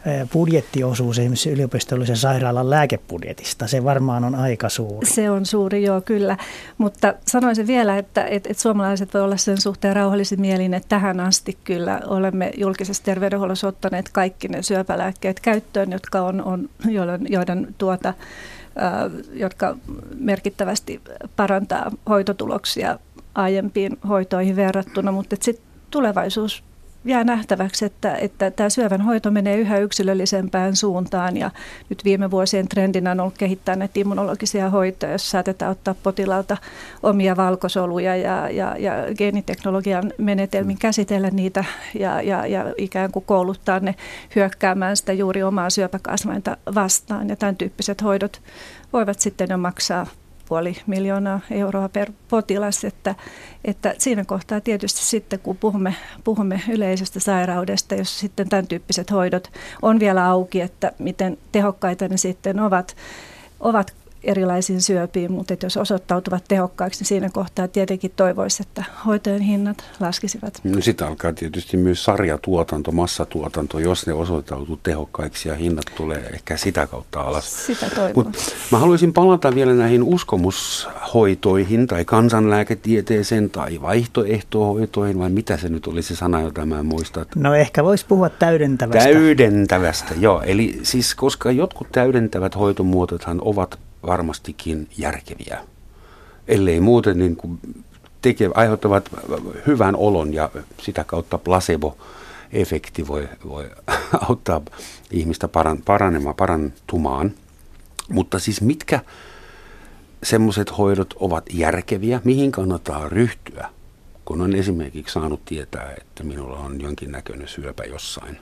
budjettiosuus esimerkiksi yliopistollisen sairaalan lääkebudjetista. Se varmaan on aika suuri. Se on suuri, joo, kyllä. Mutta sanoisin vielä, että, että, että suomalaiset voi olla sen suhteen rauhallisin mielin, että tähän asti kyllä olemme julkisessa terveydenhuollossa ottaneet kaikki ne syöpälääkkeet käyttöön, jotka on, on joiden, joiden tuota, jotka merkittävästi parantaa hoitotuloksia aiempiin hoitoihin verrattuna, mutta sitten tulevaisuus jää nähtäväksi, että, että tämä syövän hoito menee yhä yksilöllisempään suuntaan ja nyt viime vuosien trendinä on ollut kehittää näitä immunologisia hoitoja, jos saatetaan ottaa potilaalta omia valkosoluja ja, ja, ja geeniteknologian menetelmin käsitellä niitä ja, ja, ja ikään kuin kouluttaa ne hyökkäämään sitä juuri omaa syöpäkasvainta vastaan ja tämän tyyppiset hoidot voivat sitten jo maksaa puoli miljoonaa euroa per potilas, että, että siinä kohtaa tietysti sitten kun puhumme, puhumme yleisestä sairaudesta, jos sitten tämän tyyppiset hoidot on vielä auki, että miten tehokkaita ne sitten ovat, ovat erilaisiin syöpiin, mutta että jos osoittautuvat tehokkaiksi, niin siinä kohtaa tietenkin toivoisi, että hoitojen hinnat laskisivat. No sitten alkaa tietysti myös sarjatuotanto, massatuotanto, jos ne osoittautuu tehokkaiksi ja hinnat tulee ehkä sitä kautta alas. Sitä toivon. Mut mä haluaisin palata vielä näihin uskomushoitoihin tai kansanlääketieteeseen tai vaihtoehtohoitoihin, vai mitä se nyt oli se sana, jota mä en muista? No ehkä voisi puhua täydentävästä. Täydentävästä, joo. Eli siis koska jotkut täydentävät hoitomuotothan ovat varmastikin järkeviä, ellei muuten niin kuin teke, aiheuttavat hyvän olon ja sitä kautta placebo-efekti voi, voi auttaa ihmistä paran, paranemaan, parantumaan. Mutta siis mitkä semmoiset hoidot ovat järkeviä, mihin kannattaa ryhtyä, kun on esimerkiksi saanut tietää, että minulla on jonkinnäköinen syöpä jossain?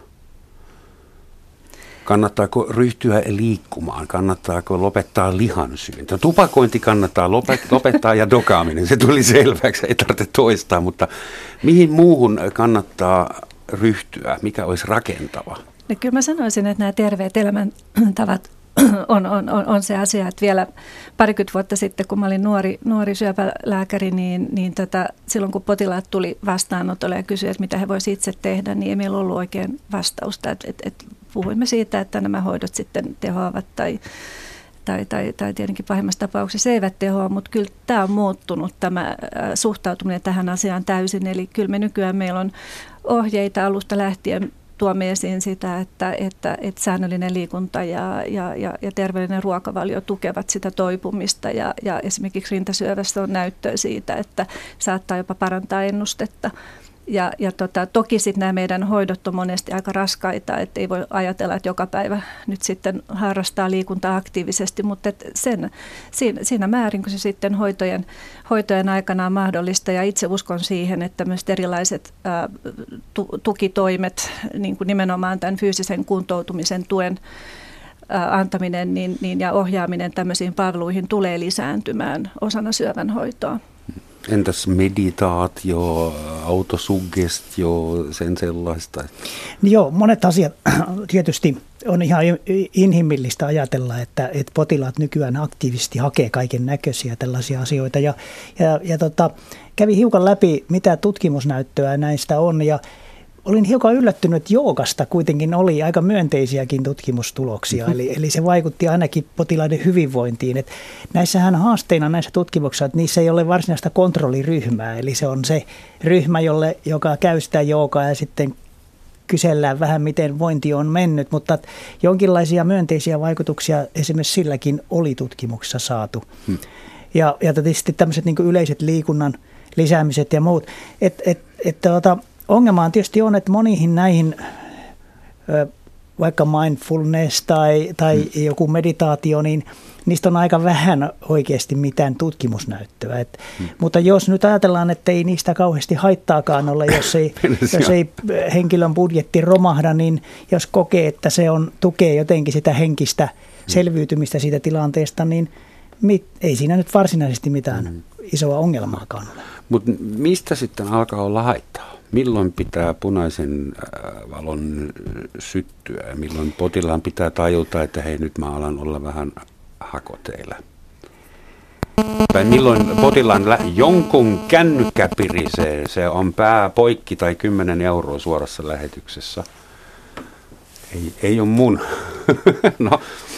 Kannattaako ryhtyä liikkumaan? Kannattaako lopettaa lihansyönti? Tupakointi kannattaa lopettaa ja dokaaminen. Se tuli selväksi, ei tarvitse toistaa, mutta mihin muuhun kannattaa ryhtyä? Mikä olisi rakentava? No kyllä mä sanoisin, että nämä terveet elämäntavat on, on, on, on se asia, että vielä parikymmentä vuotta sitten, kun mä olin nuori, nuori syöpälääkäri, niin, niin tota, silloin kun potilaat tuli vastaanotolle ja kysyi, että mitä he voisivat itse tehdä, niin ei meillä ollut oikein vastausta. Et, et, et puhuimme siitä, että nämä hoidot sitten tehoavat tai, tai, tai, tai tietenkin pahimmassa tapauksessa eivät tehoa, mutta kyllä tämä on muuttunut tämä suhtautuminen tähän asiaan täysin. Eli kyllä me nykyään meillä on ohjeita alusta lähtien, tuomme esiin sitä, että, että, että säännöllinen liikunta ja, ja, ja, ja terveellinen ruokavalio tukevat sitä toipumista ja, ja esimerkiksi rintasyövässä on näyttöä siitä, että saattaa jopa parantaa ennustetta. Ja, ja tota, toki sitten nämä meidän hoidot on monesti aika raskaita, että ei voi ajatella, että joka päivä nyt sitten harrastaa liikuntaa aktiivisesti, mutta sen, siinä, siinä määrin, kun se sitten hoitojen, hoitojen aikana on mahdollista, ja itse uskon siihen, että myös erilaiset ää, tu, tukitoimet, niin kuin nimenomaan tämän fyysisen kuntoutumisen tuen ää, antaminen niin, niin, ja ohjaaminen tämmöisiin palveluihin tulee lisääntymään osana syövän hoitoa. Entäs meditaatio, autosuggestio, sen sellaista? Joo, monet asiat tietysti on ihan inhimillistä ajatella, että, että potilaat nykyään aktiivisesti hakee kaiken näköisiä tällaisia asioita. Ja, ja, ja tota, kävi hiukan läpi, mitä tutkimusnäyttöä näistä on, ja olin hiukan yllättynyt, että joogasta kuitenkin oli aika myönteisiäkin tutkimustuloksia, eli, eli se vaikutti ainakin potilaiden hyvinvointiin. Et näissähän haasteina näissä tutkimuksissa, että niissä ei ole varsinaista kontrolliryhmää, eli se on se ryhmä, jolle, joka käy sitä joogaa ja sitten kysellään vähän, miten vointi on mennyt, mutta jonkinlaisia myönteisiä vaikutuksia esimerkiksi silläkin oli tutkimuksessa saatu. Hmm. Ja, ja tietysti tämmöiset niin kuin yleiset liikunnan lisäämiset ja muut, että et, et, tuota, ongelma on tietysti on, että moniin näihin, vaikka mindfulness tai, tai hmm. joku meditaatio, niin niistä on aika vähän oikeasti mitään tutkimusnäyttöä. Et, hmm. Mutta jos nyt ajatellaan, että ei niistä kauheasti haittaakaan ole, jos ei, jos ei henkilön budjetti romahda, niin jos kokee, että se on, tukee jotenkin sitä henkistä selviytymistä siitä tilanteesta, niin mit, ei siinä nyt varsinaisesti mitään hmm. isoa ongelmaakaan ole. Mutta mistä sitten alkaa olla haittaa? Milloin pitää punaisen valon syttyä ja milloin potilaan pitää tajuta, että hei, nyt mä alan olla vähän hakoteilla? Tai milloin potilaan lä- jonkun kännykkä pirisee, se on pää poikki tai kymmenen euroa suorassa lähetyksessä. Ei, ei ole mun. No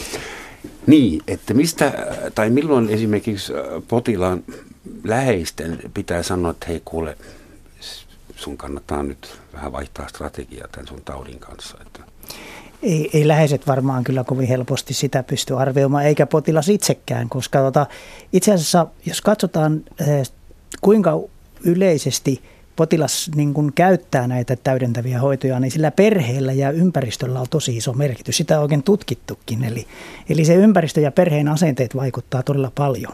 niin, että mistä tai milloin esimerkiksi potilaan läheisten pitää sanoa, että hei kuule, sun kannattaa nyt vähän vaihtaa strategiaa tämän sun taudin kanssa. Että. Ei, ei läheiset varmaan kyllä kovin helposti sitä pysty arvioimaan, eikä potilas itsekään, koska tota, itse asiassa jos katsotaan eh, kuinka yleisesti potilas niin kun käyttää näitä täydentäviä hoitoja, niin sillä perheellä ja ympäristöllä on tosi iso merkitys. Sitä on oikein tutkittukin, eli, eli se ympäristö ja perheen asenteet vaikuttaa todella paljon.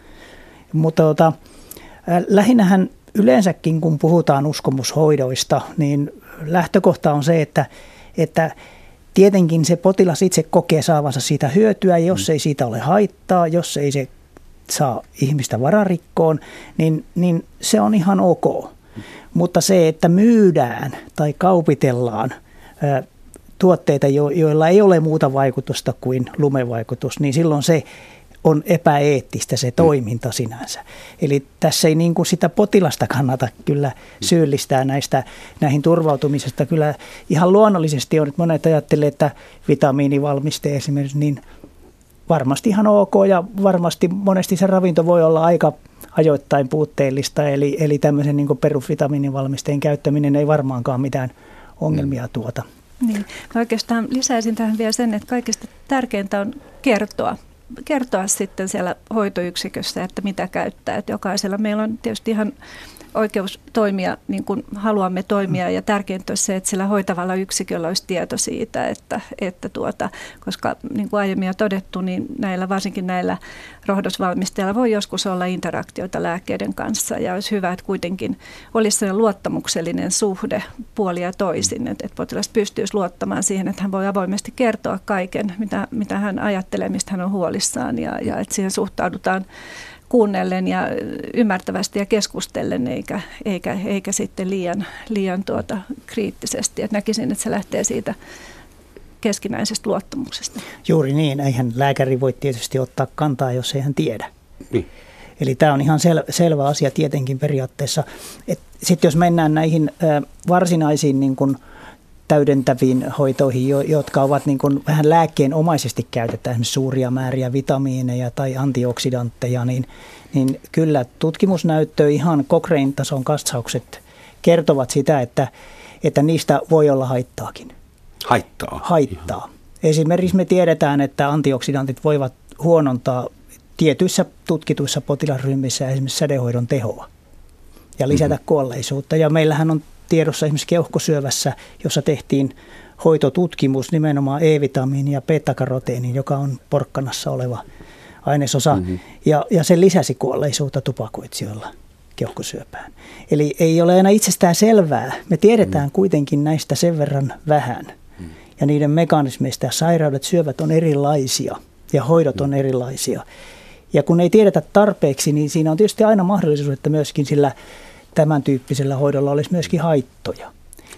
Mutta tota, lähinnähän yleensäkin, kun puhutaan uskomushoidoista, niin lähtökohta on se, että, että tietenkin se potilas itse kokee saavansa siitä hyötyä, jos ei siitä ole haittaa, jos ei se saa ihmistä vararikkoon, niin, niin se on ihan ok. Mutta se, että myydään tai kaupitellaan ää, tuotteita, jo, joilla ei ole muuta vaikutusta kuin lumevaikutus, niin silloin se on epäeettistä se toiminta sinänsä. Eli tässä ei niin kuin sitä potilasta kannata kyllä syyllistää näistä, näihin turvautumisesta. Kyllä ihan luonnollisesti on, että monet ajattelee, että vitamiinivalmiste esimerkiksi, niin varmasti ihan ok ja varmasti monesti se ravinto voi olla aika ajoittain puutteellista. Eli, eli tämmöisen niin kuin perusvitamiinivalmisteen käyttäminen ei varmaankaan mitään ongelmia tuota. Niin. Mä oikeastaan lisäisin tähän vielä sen, että kaikista tärkeintä on kertoa. kertoa sitten siellä hoitoyksikössä, että mitä käyttää. Että jokaisella meillä on tietysti ihan oikeus toimia niin kuin haluamme toimia ja tärkeintä olisi se, että sillä hoitavalla yksiköllä olisi tieto siitä, että, että tuota, koska niin kuin aiemmin on todettu, niin näillä, varsinkin näillä rohdosvalmisteilla voi joskus olla interaktioita lääkkeiden kanssa ja olisi hyvä, että kuitenkin olisi sellainen luottamuksellinen suhde puoli ja toisin, että, että potilas pystyisi luottamaan siihen, että hän voi avoimesti kertoa kaiken, mitä, mitä hän ajattelee, mistä hän on huolissaan ja, ja että siihen suhtaudutaan kuunnellen ja ymmärtävästi ja keskustellen, eikä, eikä, eikä sitten liian, liian tuota, kriittisesti. Et näkisin, että se lähtee siitä keskinäisestä luottamuksesta. Juuri niin. Eihän lääkäri voi tietysti ottaa kantaa, jos ei hän tiedä. Niin. Eli tämä on ihan sel, selvä asia tietenkin periaatteessa. Sitten jos mennään näihin ö, varsinaisiin niin kun täydentäviin hoitoihin, jotka ovat niin kuin vähän lääkkeenomaisesti käytetään, esimerkiksi suuria määriä vitamiineja tai antioksidantteja, niin, niin kyllä tutkimusnäyttö, ihan Cochrane-tason katsaukset kertovat sitä, että, että niistä voi olla haittaakin. Haittaa? Haittaa. Ihan. Esimerkiksi me tiedetään, että antioksidantit voivat huonontaa tietyissä tutkituissa potilasryhmissä esimerkiksi sädehoidon tehoa ja lisätä mm-hmm. kuolleisuutta. Ja meillähän on tiedossa esimerkiksi keuhkosyövässä, jossa tehtiin hoitotutkimus nimenomaan E-vitamiini ja beta-karoteeni, joka on porkkanassa oleva ainesosa, mm-hmm. ja, ja se lisäsi kuolleisuutta tupakoitsijoilla keuhkosyöpään. Eli ei ole aina itsestään selvää. Me tiedetään mm-hmm. kuitenkin näistä sen verran vähän, mm-hmm. ja niiden mekanismeista ja sairaudet, syövät on erilaisia, ja hoidot mm-hmm. on erilaisia. Ja kun ei tiedetä tarpeeksi, niin siinä on tietysti aina mahdollisuus, että myöskin sillä tämän tyyppisellä hoidolla olisi myöskin haittoja.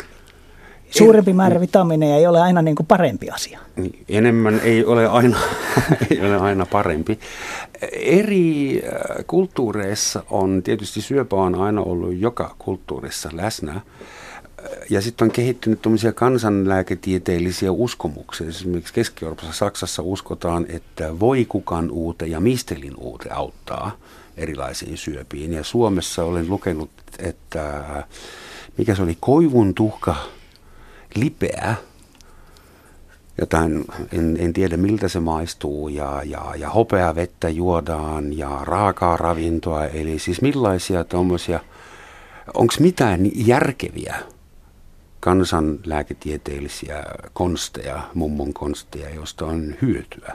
Suurempi määrä vitamiineja ei ole aina niin kuin parempi asia. Enemmän ei ole aina, ei ole aina parempi. Eri kulttuureissa on tietysti syöpä on aina ollut joka kulttuurissa läsnä. Ja sitten on kehittynyt tuommoisia kansanlääketieteellisiä uskomuksia. Esimerkiksi Keski-Euroopassa, Saksassa uskotaan, että voikukan uute ja mistelin uute auttaa erilaisiin syöpiin. Ja Suomessa olen lukenut, että mikä se oli, koivun tuhka lipeä, jotain, en, en tiedä miltä se maistuu, ja, ja, ja hopeavettä juodaan ja raakaa ravintoa. Eli siis millaisia tuommoisia, onko mitään järkeviä kansanlääketieteellisiä konsteja, mummon konsteja, josta on hyötyä?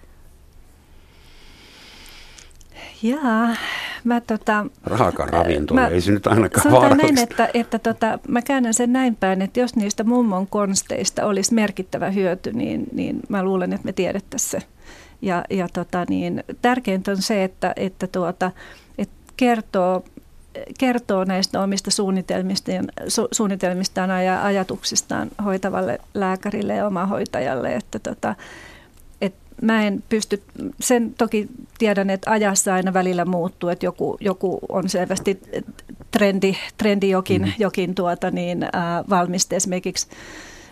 Jaa, mä tota... Raakaravintoa, ei se nyt ainakaan vaarallista. Näin, että, että tota, mä käännän sen näin päin, että jos niistä mummon konsteista olisi merkittävä hyöty, niin, niin mä luulen, että me tiedettäisiin se. Ja, ja tota, niin, tärkeintä on se, että, että, tuota, että kertoo, kertoo näistä omista suunnitelmistaan, su, suunnitelmistaan ja ajatuksistaan hoitavalle lääkärille ja omahoitajalle, että tota, mä en pysty, sen toki tiedän, että ajassa aina välillä muuttuu, että joku, joku on selvästi trendi, trendi jokin, mm. jokin tuota niin, äh, valmiste esimerkiksi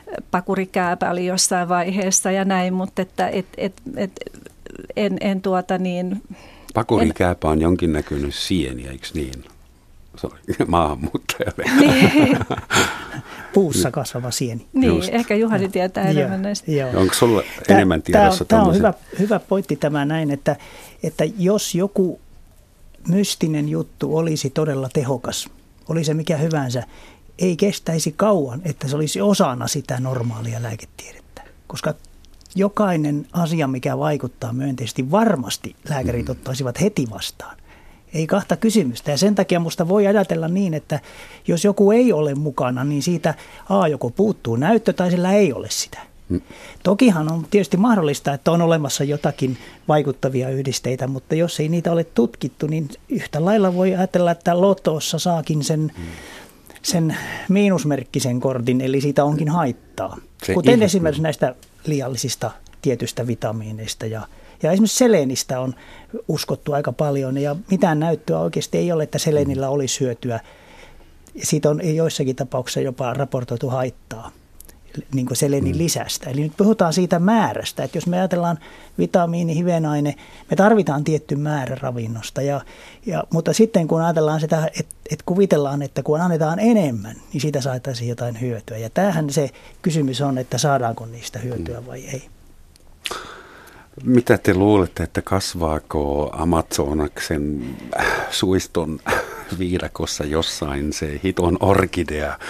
pakurikääpä oli jossain vaiheessa ja näin, mutta että et, et, et, en, en tuota niin... Pakurikääpä on jonkinnäköinen sieni, eikö niin? Sorry, maahanmuuttajalle. Niin. Puussa kasvava sieni. Niin, Just. ehkä Juhani tietää enemmän näistä. Onko sulla enemmän tiedossa? Tämä on hyvä, hyvä pointti tämä näin, että, että jos joku mystinen juttu olisi todella tehokas, oli se mikä hyvänsä, ei kestäisi kauan, että se olisi osana sitä normaalia lääketiedettä. Koska jokainen asia, mikä vaikuttaa myönteisesti, varmasti lääkärit ottaisivat heti vastaan. Ei kahta kysymystä. Ja sen takia musta voi ajatella niin, että jos joku ei ole mukana, niin siitä A joko puuttuu näyttö tai sillä ei ole sitä. Hmm. Tokihan on tietysti mahdollista, että on olemassa jotakin vaikuttavia yhdisteitä, mutta jos ei niitä ole tutkittu, niin yhtä lailla voi ajatella, että lotoossa saakin sen, hmm. sen miinusmerkkisen kortin, eli siitä onkin haittaa. Se Kuten ihme. Esimerkiksi näistä liiallisista tietyistä vitamiineista ja Ja esimerkiksi seleenistä on uskottu aika paljon ja mitään näyttöä oikeasti ei ole, että seleenillä olisi hyötyä. Siitä on joissakin tapauksissa jopa raportoitu haittaa, niin kuin seleenin lisästä. Eli nyt puhutaan siitä määrästä, että jos me ajatellaan vitamiini, hivenaine, me tarvitaan tietty määrä ravinnosta. Ja, ja, mutta sitten kun ajatellaan sitä, että, että kuvitellaan, että kun annetaan enemmän, niin siitä saataisiin jotain hyötyä. Ja tämähän se kysymys on, että saadaanko niistä hyötyä vai ei. Mitä te luulette, että kasvaako Amazonaksen suiston viidakossa jossain se hiton orkidea,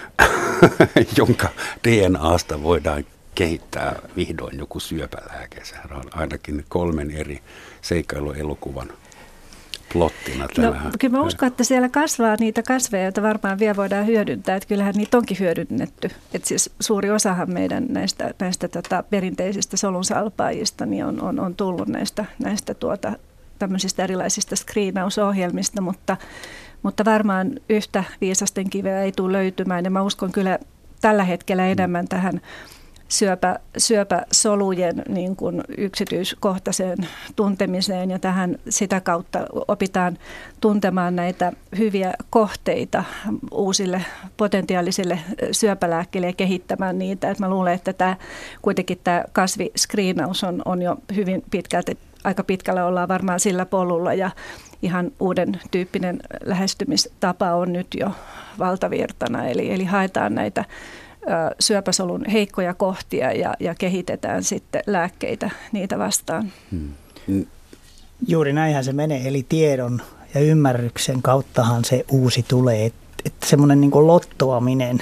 jonka D N A:sta voidaan kehittää vihdoin joku syöpälääke? Sehän on ainakin kolmen eri seikkailuelokuvan plottina. No, kyllä mä uskon, että siellä kasvaa niitä kasveja, joita varmaan vielä voidaan hyödyntää. Että kyllähän niitä onkin hyödynnetty. Että siis suuri osahan meidän näistä, näistä tota, perinteisistä solunsalpaajista niin on, on, on tullut näistä, näistä tuota, tämmöisistä erilaisista screenausohjelmista, mutta, mutta varmaan yhtä viisasten kiveä ei tule löytymään. Ja mä uskon kyllä tällä hetkellä enemmän tähän Syöpä, syöpäsolujen niin kuin yksityiskohtaiseen tuntemiseen ja tähän sitä kautta opitaan tuntemaan näitä hyviä kohteita uusille potentiaalisille syöpälääkkeille ja kehittämään niitä. Et mä luulen, että tämä, kuitenkin tämä kasviskriinaus on, on jo hyvin pitkälti, aika pitkällä ollaan varmaan sillä polulla ja ihan uuden tyyppinen lähestymistapa on nyt jo valtavirtana, eli, eli haetaan näitä syöpäsolun heikkoja kohtia ja, ja kehitetään sitten lääkkeitä niitä vastaan. Hmm. Juuri näinhän se menee, eli tiedon ja ymmärryksen kauttahan se uusi tulee. Että et semmoinen niin kuin lottoaminen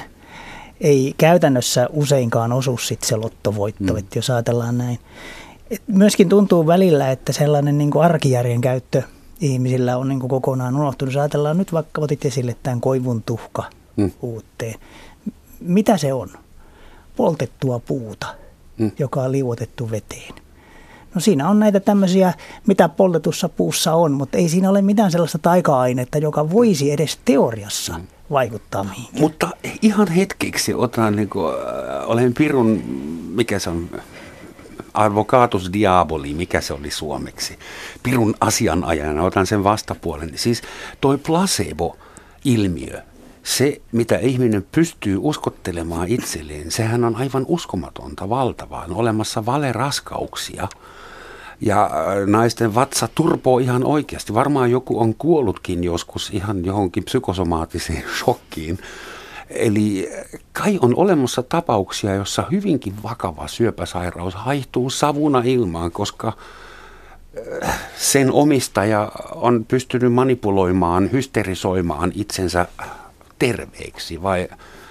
ei käytännössä useinkaan osu sit se lottovoitto, hmm. että jos ajatellaan näin. Et myöskin tuntuu välillä, että sellainen niin kuin arkijärjen käyttö ihmisillä on niin kuin kokonaan unohtunut. Jos ajatellaan nyt vaikka otit esille tämän koivun tuhka hmm. uutteen. Mitä se on? Poltettua puuta, mm. joka on liuotettu veteen. No siinä on näitä tämmöisiä, mitä poltetussa puussa on, mutta ei siinä ole mitään sellaista taika-ainetta, joka voisi edes teoriassa mm. vaikuttaa mihinkään. Mutta ihan hetkeksi otan, niin kuin, äh, olen pirun, mikä se on, advocatus diaboli, mikä se oli suomeksi, pirun asianajana, otan sen vastapuolen. Siis toi placebo-ilmiö. Se, mitä ihminen pystyy uskottelemaan itselleen, sehän on aivan uskomatonta, valtavaa. On olemassa valeraskauksia ja naisten vatsa turpoo ihan oikeasti. Varmaan joku on kuollutkin joskus ihan johonkin psykosomaattiseen shokkiin. Eli kai on olemassa tapauksia, jossa hyvinkin vakava syöpäsairaus haihtuu savuna ilmaan, koska sen omistaja on pystynyt manipuloimaan, hysterisoimaan itsensä terveeksi vai,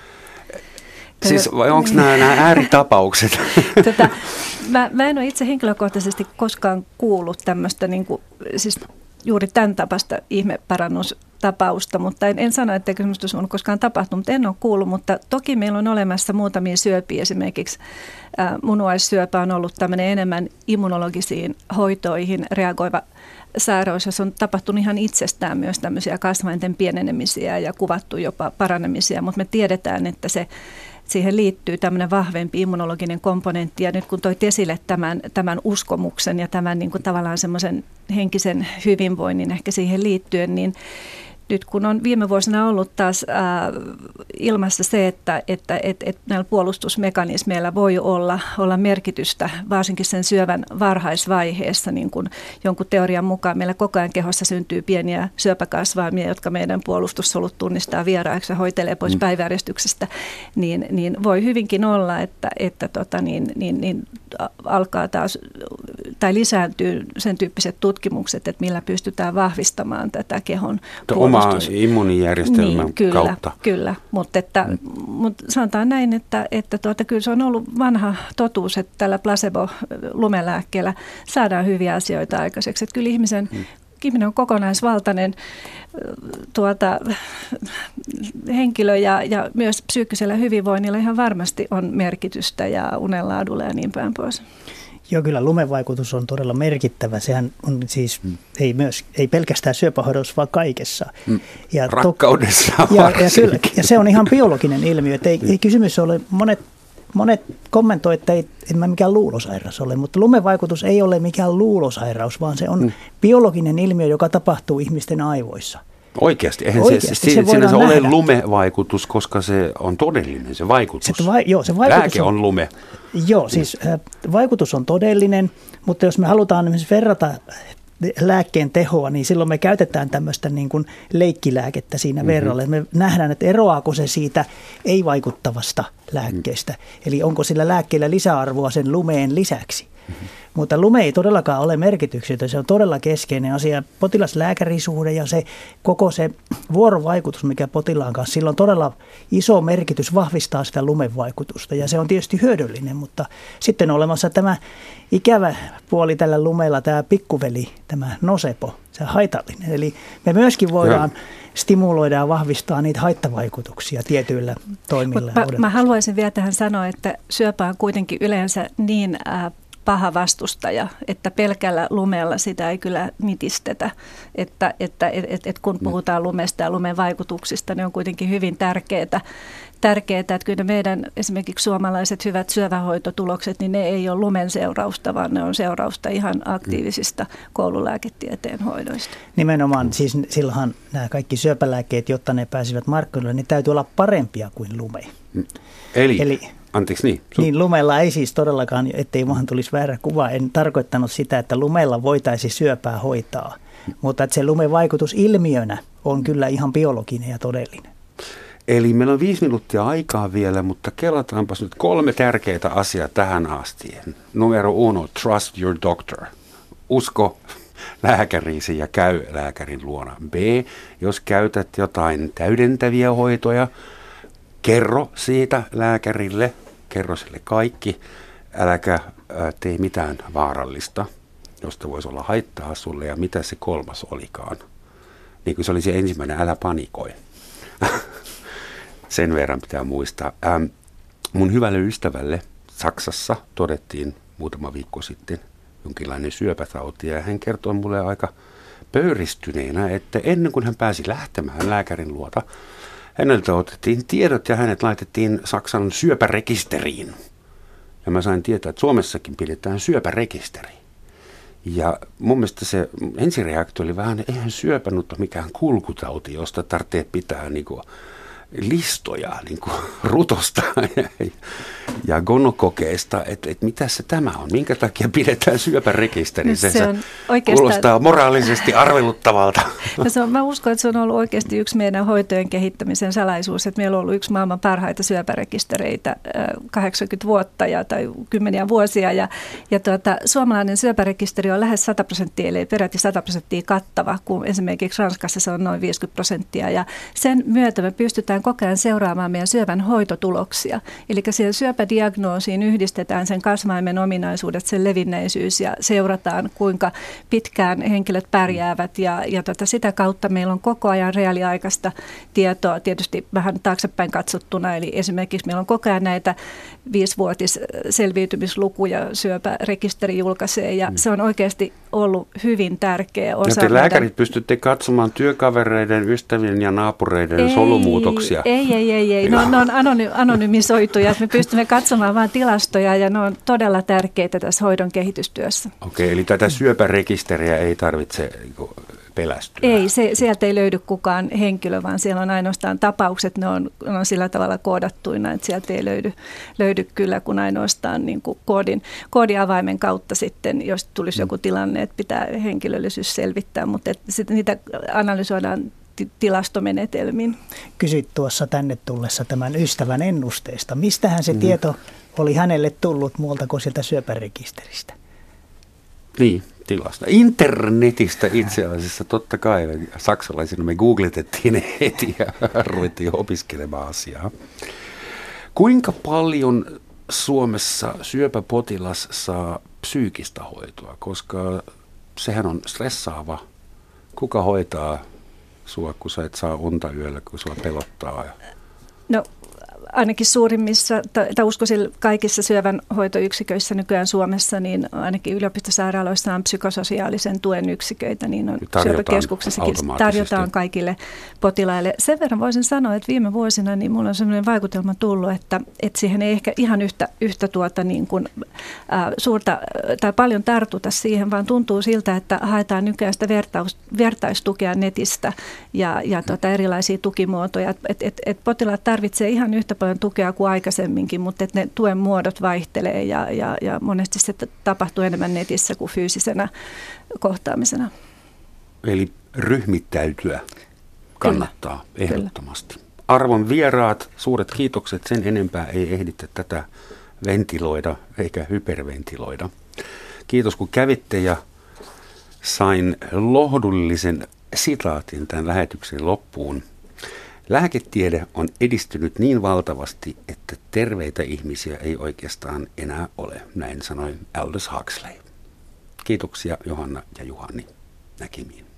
siis, vai onko nämä, nämä ääritapaukset? Tätä, mä, mä en ole itse henkilökohtaisesti koskaan kuullut tämmöistä, niin kuin, siis juuri tämän tapaista ihmeparannustapausta, mutta en, en sano, että kysymys on koskaan tapahtunut, mutta en ole kuullut, mutta toki meillä on olemassa muutamia syöpiä, esimerkiksi äh, munuaissyöpä on ollut tämmöinen enemmän immunologisiin hoitoihin reagoiva sairaus, jossa on tapahtunut ihan itsestään myös tämmöisiä kasvainten pienenemisiä ja kuvattu jopa paranemisia, mutta me tiedetään, että se, siihen liittyy tämmöinen vahvempi immunologinen komponentti ja nyt kun toit esille tämän, tämän uskomuksen ja tämän niin kuin tavallaan semmoisen henkisen hyvinvoinnin ehkä siihen liittyen, niin nyt kun on viime vuosina ollut taas ää, ilmassa se, että, että et, et näillä puolustusmekanismeilla voi olla, olla merkitystä, varsinkin sen syövän varhaisvaiheessa, niin kuin jonkun teorian mukaan meillä koko ajan kehossa syntyy pieniä syöpäkasvaimia, jotka meidän puolustussolut tunnistaa vieraiksi ja hoitelee pois mm. päiväjärjestyksestä, niin, niin voi hyvinkin olla, että, että tota, niin, niin, niin alkaa taas tai lisääntyy sen tyyppiset tutkimukset, että millä pystytään vahvistamaan tätä kehon puolustus. Oma immuunijärjestelmän niin, kyllä, kautta. Kyllä, mutta, että, mm. mutta sanotaan näin, että, että tuota, kyllä se on ollut vanha totuus, että tällä placebo-lumelääkkeellä saadaan hyviä asioita aikaiseksi. Että kyllä ihmisen mm. ihminen on kokonaisvaltainen tuota, henkilö ja, ja myös psyykkisellä hyvinvoinnilla ihan varmasti on merkitystä ja unenlaadulla ja niin päin pois. Joo, kyllä lumevaikutus on todella merkittävä. Sehän on siis, mm. ei, myös, ei pelkästään syöpähoidossa, vaan kaikessa. Mm. Ja Rakkaudessa to, ja, ja, kyllä, ja se on ihan biologinen ilmiö. Että ei, ei kysymys ole, monet, monet kommentoivat, että ei, en mä mikään luulosairaus ole, mutta lumevaikutus ei ole mikään luulosairaus, vaan se on mm. biologinen ilmiö, joka tapahtuu ihmisten aivoissa. Oikeasti, eihän Oikeasti, se, se, se siinä se nähdä. ole lumevaikutus, koska se on todellinen se vaikutus. Se, vai, joo, se vaikutus Lääke on lume. Joo, siis äh, vaikutus on todellinen, mutta jos me halutaan esimerkiksi verrata lääkkeen tehoa, niin silloin me käytetään tämmöistä niin kuin leikkilääkettä siinä mm-hmm. verralle. Me nähdään, että eroaako se siitä ei-vaikuttavasta lääkkeestä. Mm-hmm. Eli onko sillä lääkkeellä lisäarvoa sen lumeen lisäksi. Mm-hmm. Mutta lume ei todellakaan ole merkityksetön. Se on todella keskeinen asia. Potilas-lääkärisuhde ja se koko se vuorovaikutus, mikä potilaan kanssa, sillä on todella iso merkitys vahvistaa sitä lumevaikutusta. Ja se on tietysti hyödyllinen, mutta sitten on olemassa tämä ikävä puoli tällä lumella, tämä pikkuveli, tämä nosepo, se haitallinen. Eli me myöskin voidaan ja. stimuloida ja vahvistaa niitä haittavaikutuksia tietyillä toimilla. Mä, mä haluaisin vielä tähän sanoa, että syöpä on kuitenkin yleensä niin äh, paha vastustaja, että pelkällä lumella sitä ei kyllä nitistetä. Että, että et, et, et kun puhutaan lumesta ja lumen vaikutuksista, niin on kuitenkin hyvin tärkeää, tärkeää, että kyllä meidän esimerkiksi suomalaiset hyvät syövähoitotulokset, niin ne ei ole lumen seurausta, vaan ne on seurausta ihan aktiivisista koululääketieteen hoidoista. Nimenomaan, siis silloinhan nämä kaikki syöpälääkkeet, jotta ne pääsivät markkinoille, niin täytyy olla parempia kuin lume. Eli... Eli Anteeksi, niin. Su- niin lumella ei siis todellakaan, ettei maahan tulisi väärä kuva, en tarkoittanut sitä, että lumella voitaisiin syöpää hoitaa, mutta että se lumen vaikutus ilmiönä on kyllä ihan biologinen ja todellinen. Eli meillä on viisi minuuttia aikaa vielä, mutta kelataanpas nyt kolme tärkeää asiaa tähän asti. Numero uno, trust your doctor. Usko lääkäriisi ja käy lääkärin luona. B, jos käytät jotain täydentäviä hoitoja, kerro siitä lääkärille, kerro sille kaikki, äläkä tee mitään vaarallista, josta voisi olla haittaa sulle, ja mitä se kolmas olikaan. Niin kuin se oli se ensimmäinen, älä panikoi. Sen verran pitää muistaa. Ähm, mun hyvälle ystävälle Saksassa todettiin muutama viikko sitten jonkinlainen syöpätauti, ja hän kertoi mulle aika pöyristyneenä, että ennen kuin hän pääsi lähtemään lääkärin luota, häneltä otettiin tiedot ja hänet laitettiin Saksan syöpärekisteriin. Ja mä sain tietää, että Suomessakin pidetään syöpärekisteri. Ja mun mielestä se ensireaktio oli vähän, eihän syöpä nyt ole mikään kulkutauti, josta tarvitsee pitää niinku listoja niinku rutosta ja, ja gonokokeista, että et mitä se tämä on, minkä takia pidetään syöpärekisteri. No se, se on oikeastaan... kuulostaa moraalisesti arveluttavalta. No se on, mä uskon, että se on ollut oikeasti yksi meidän hoitojen kehittämisen salaisuus, että meillä on ollut yksi maailman parhaita syöpärekistereitä kahdeksankymmentä vuotta ja, tai kymmeniä vuosia. Ja, ja tuota, suomalainen syöpärekisteri on lähes sata prosenttia, eli peräti sata prosenttia kattava, kun esimerkiksi Ranskassa se on noin viisikymmentä prosenttia. Ja sen myötä me pystytään koko ajan seuraamaan meidän syövän hoitotuloksia. Eli siihen syöpädiagnoosiin yhdistetään sen kasvaimen ominaisuudet, sen levinneisyys ja seurataan, kuinka pitkään henkilöt pärjäävät. Ja, ja tota, sitä kautta meillä on koko ajan reaaliaikaista tietoa, tietysti vähän taaksepäin katsottuna. Eli esimerkiksi meillä on koko ajan näitä viisivuotis selviytymislukuja syöpärekisteri julkaisee ja mm. se on oikeasti ollut hyvin tärkeä osa. Ja te lääkärit pystytte katsomaan työkavereiden, ystävien ja naapureiden ei, solumuutoksia. Ei, ei, ei. ei. No, ne on anony- anonymisoituja. Me pystymme katsomaan vain tilastoja ja ne on todella tärkeitä tässä hoidon kehitystyössä. Okei, eli tätä syöpärekisteriä ei tarvitse pelästyä. Ei, se, sieltä ei löydy kukaan henkilö, vaan siellä on ainoastaan tapaukset, ne on, ne on sillä tavalla koodattuina, että sieltä ei löydy, löydy kyllä kuin ainoastaan niin kuin koodin, koodiavaimen kautta sitten, jos tulisi joku tilanne, että pitää henkilöllisyys selvittää, mutta sitten niitä analysoidaan tilastomenetelmin. Kysyt tuossa tänne tullessa tämän ystävän ennusteesta. Mistähän se mm. tieto oli hänelle tullut muualta kuin sieltä syöpärekisteristä? Niin, tilasta. Internetistä itse asiassa, totta kai. Saksalaisina me googletettiin heti ja ruvettiin opiskelemaan asiaa. Kuinka paljon Suomessa syöpäpotilas saa psyykkistä hoitoa, koska sehän on stressaava. Kuka hoitaa sua, kun sä et saa unta yöllä, kun sua pelottaa? No ainakin suurimmissa, tai uskoisin kaikissa syövänhoitoyksiköissä nykyään Suomessa, niin ainakin yliopistosairaaloissa on psykososiaalisen tuen yksiköitä, niin on syöpäkeskuksessakin tarjotaan kaikille potilaille. Sen verran voisin sanoa, että viime vuosina niin mulla on sellainen vaikutelma tullut, että, että siihen ei ehkä ihan yhtä, yhtä tuota niin kuin, äh, suurta tai paljon tartuta siihen, vaan tuntuu siltä, että haetaan nykyään sitä vertaus, vertaistukea netistä ja, ja tuota erilaisia tukimuotoja. Et, et, et potilaat tarvitsee ihan yhtä paljon tukea kuin aikaisemminkin, mutta että ne tuen muodot vaihtelee ja, ja, ja monesti se tapahtuu enemmän netissä kuin fyysisenä kohtaamisena. Eli ryhmittäytyä kannattaa Kyllä. ehdottomasti. Kyllä. Arvon vieraat, suuret kiitokset. Sen enempää ei ehditä tätä ventiloida eikä hyperventiloida. Kiitos kun kävitte ja sain lohdullisen sitaatin tämän lähetyksen loppuun. Lääketiede on edistynyt niin valtavasti, että terveitä ihmisiä ei oikeastaan enää ole, näin sanoi Aldous Huxley. Kiitoksia Johanna ja Juhani. Näkemiin.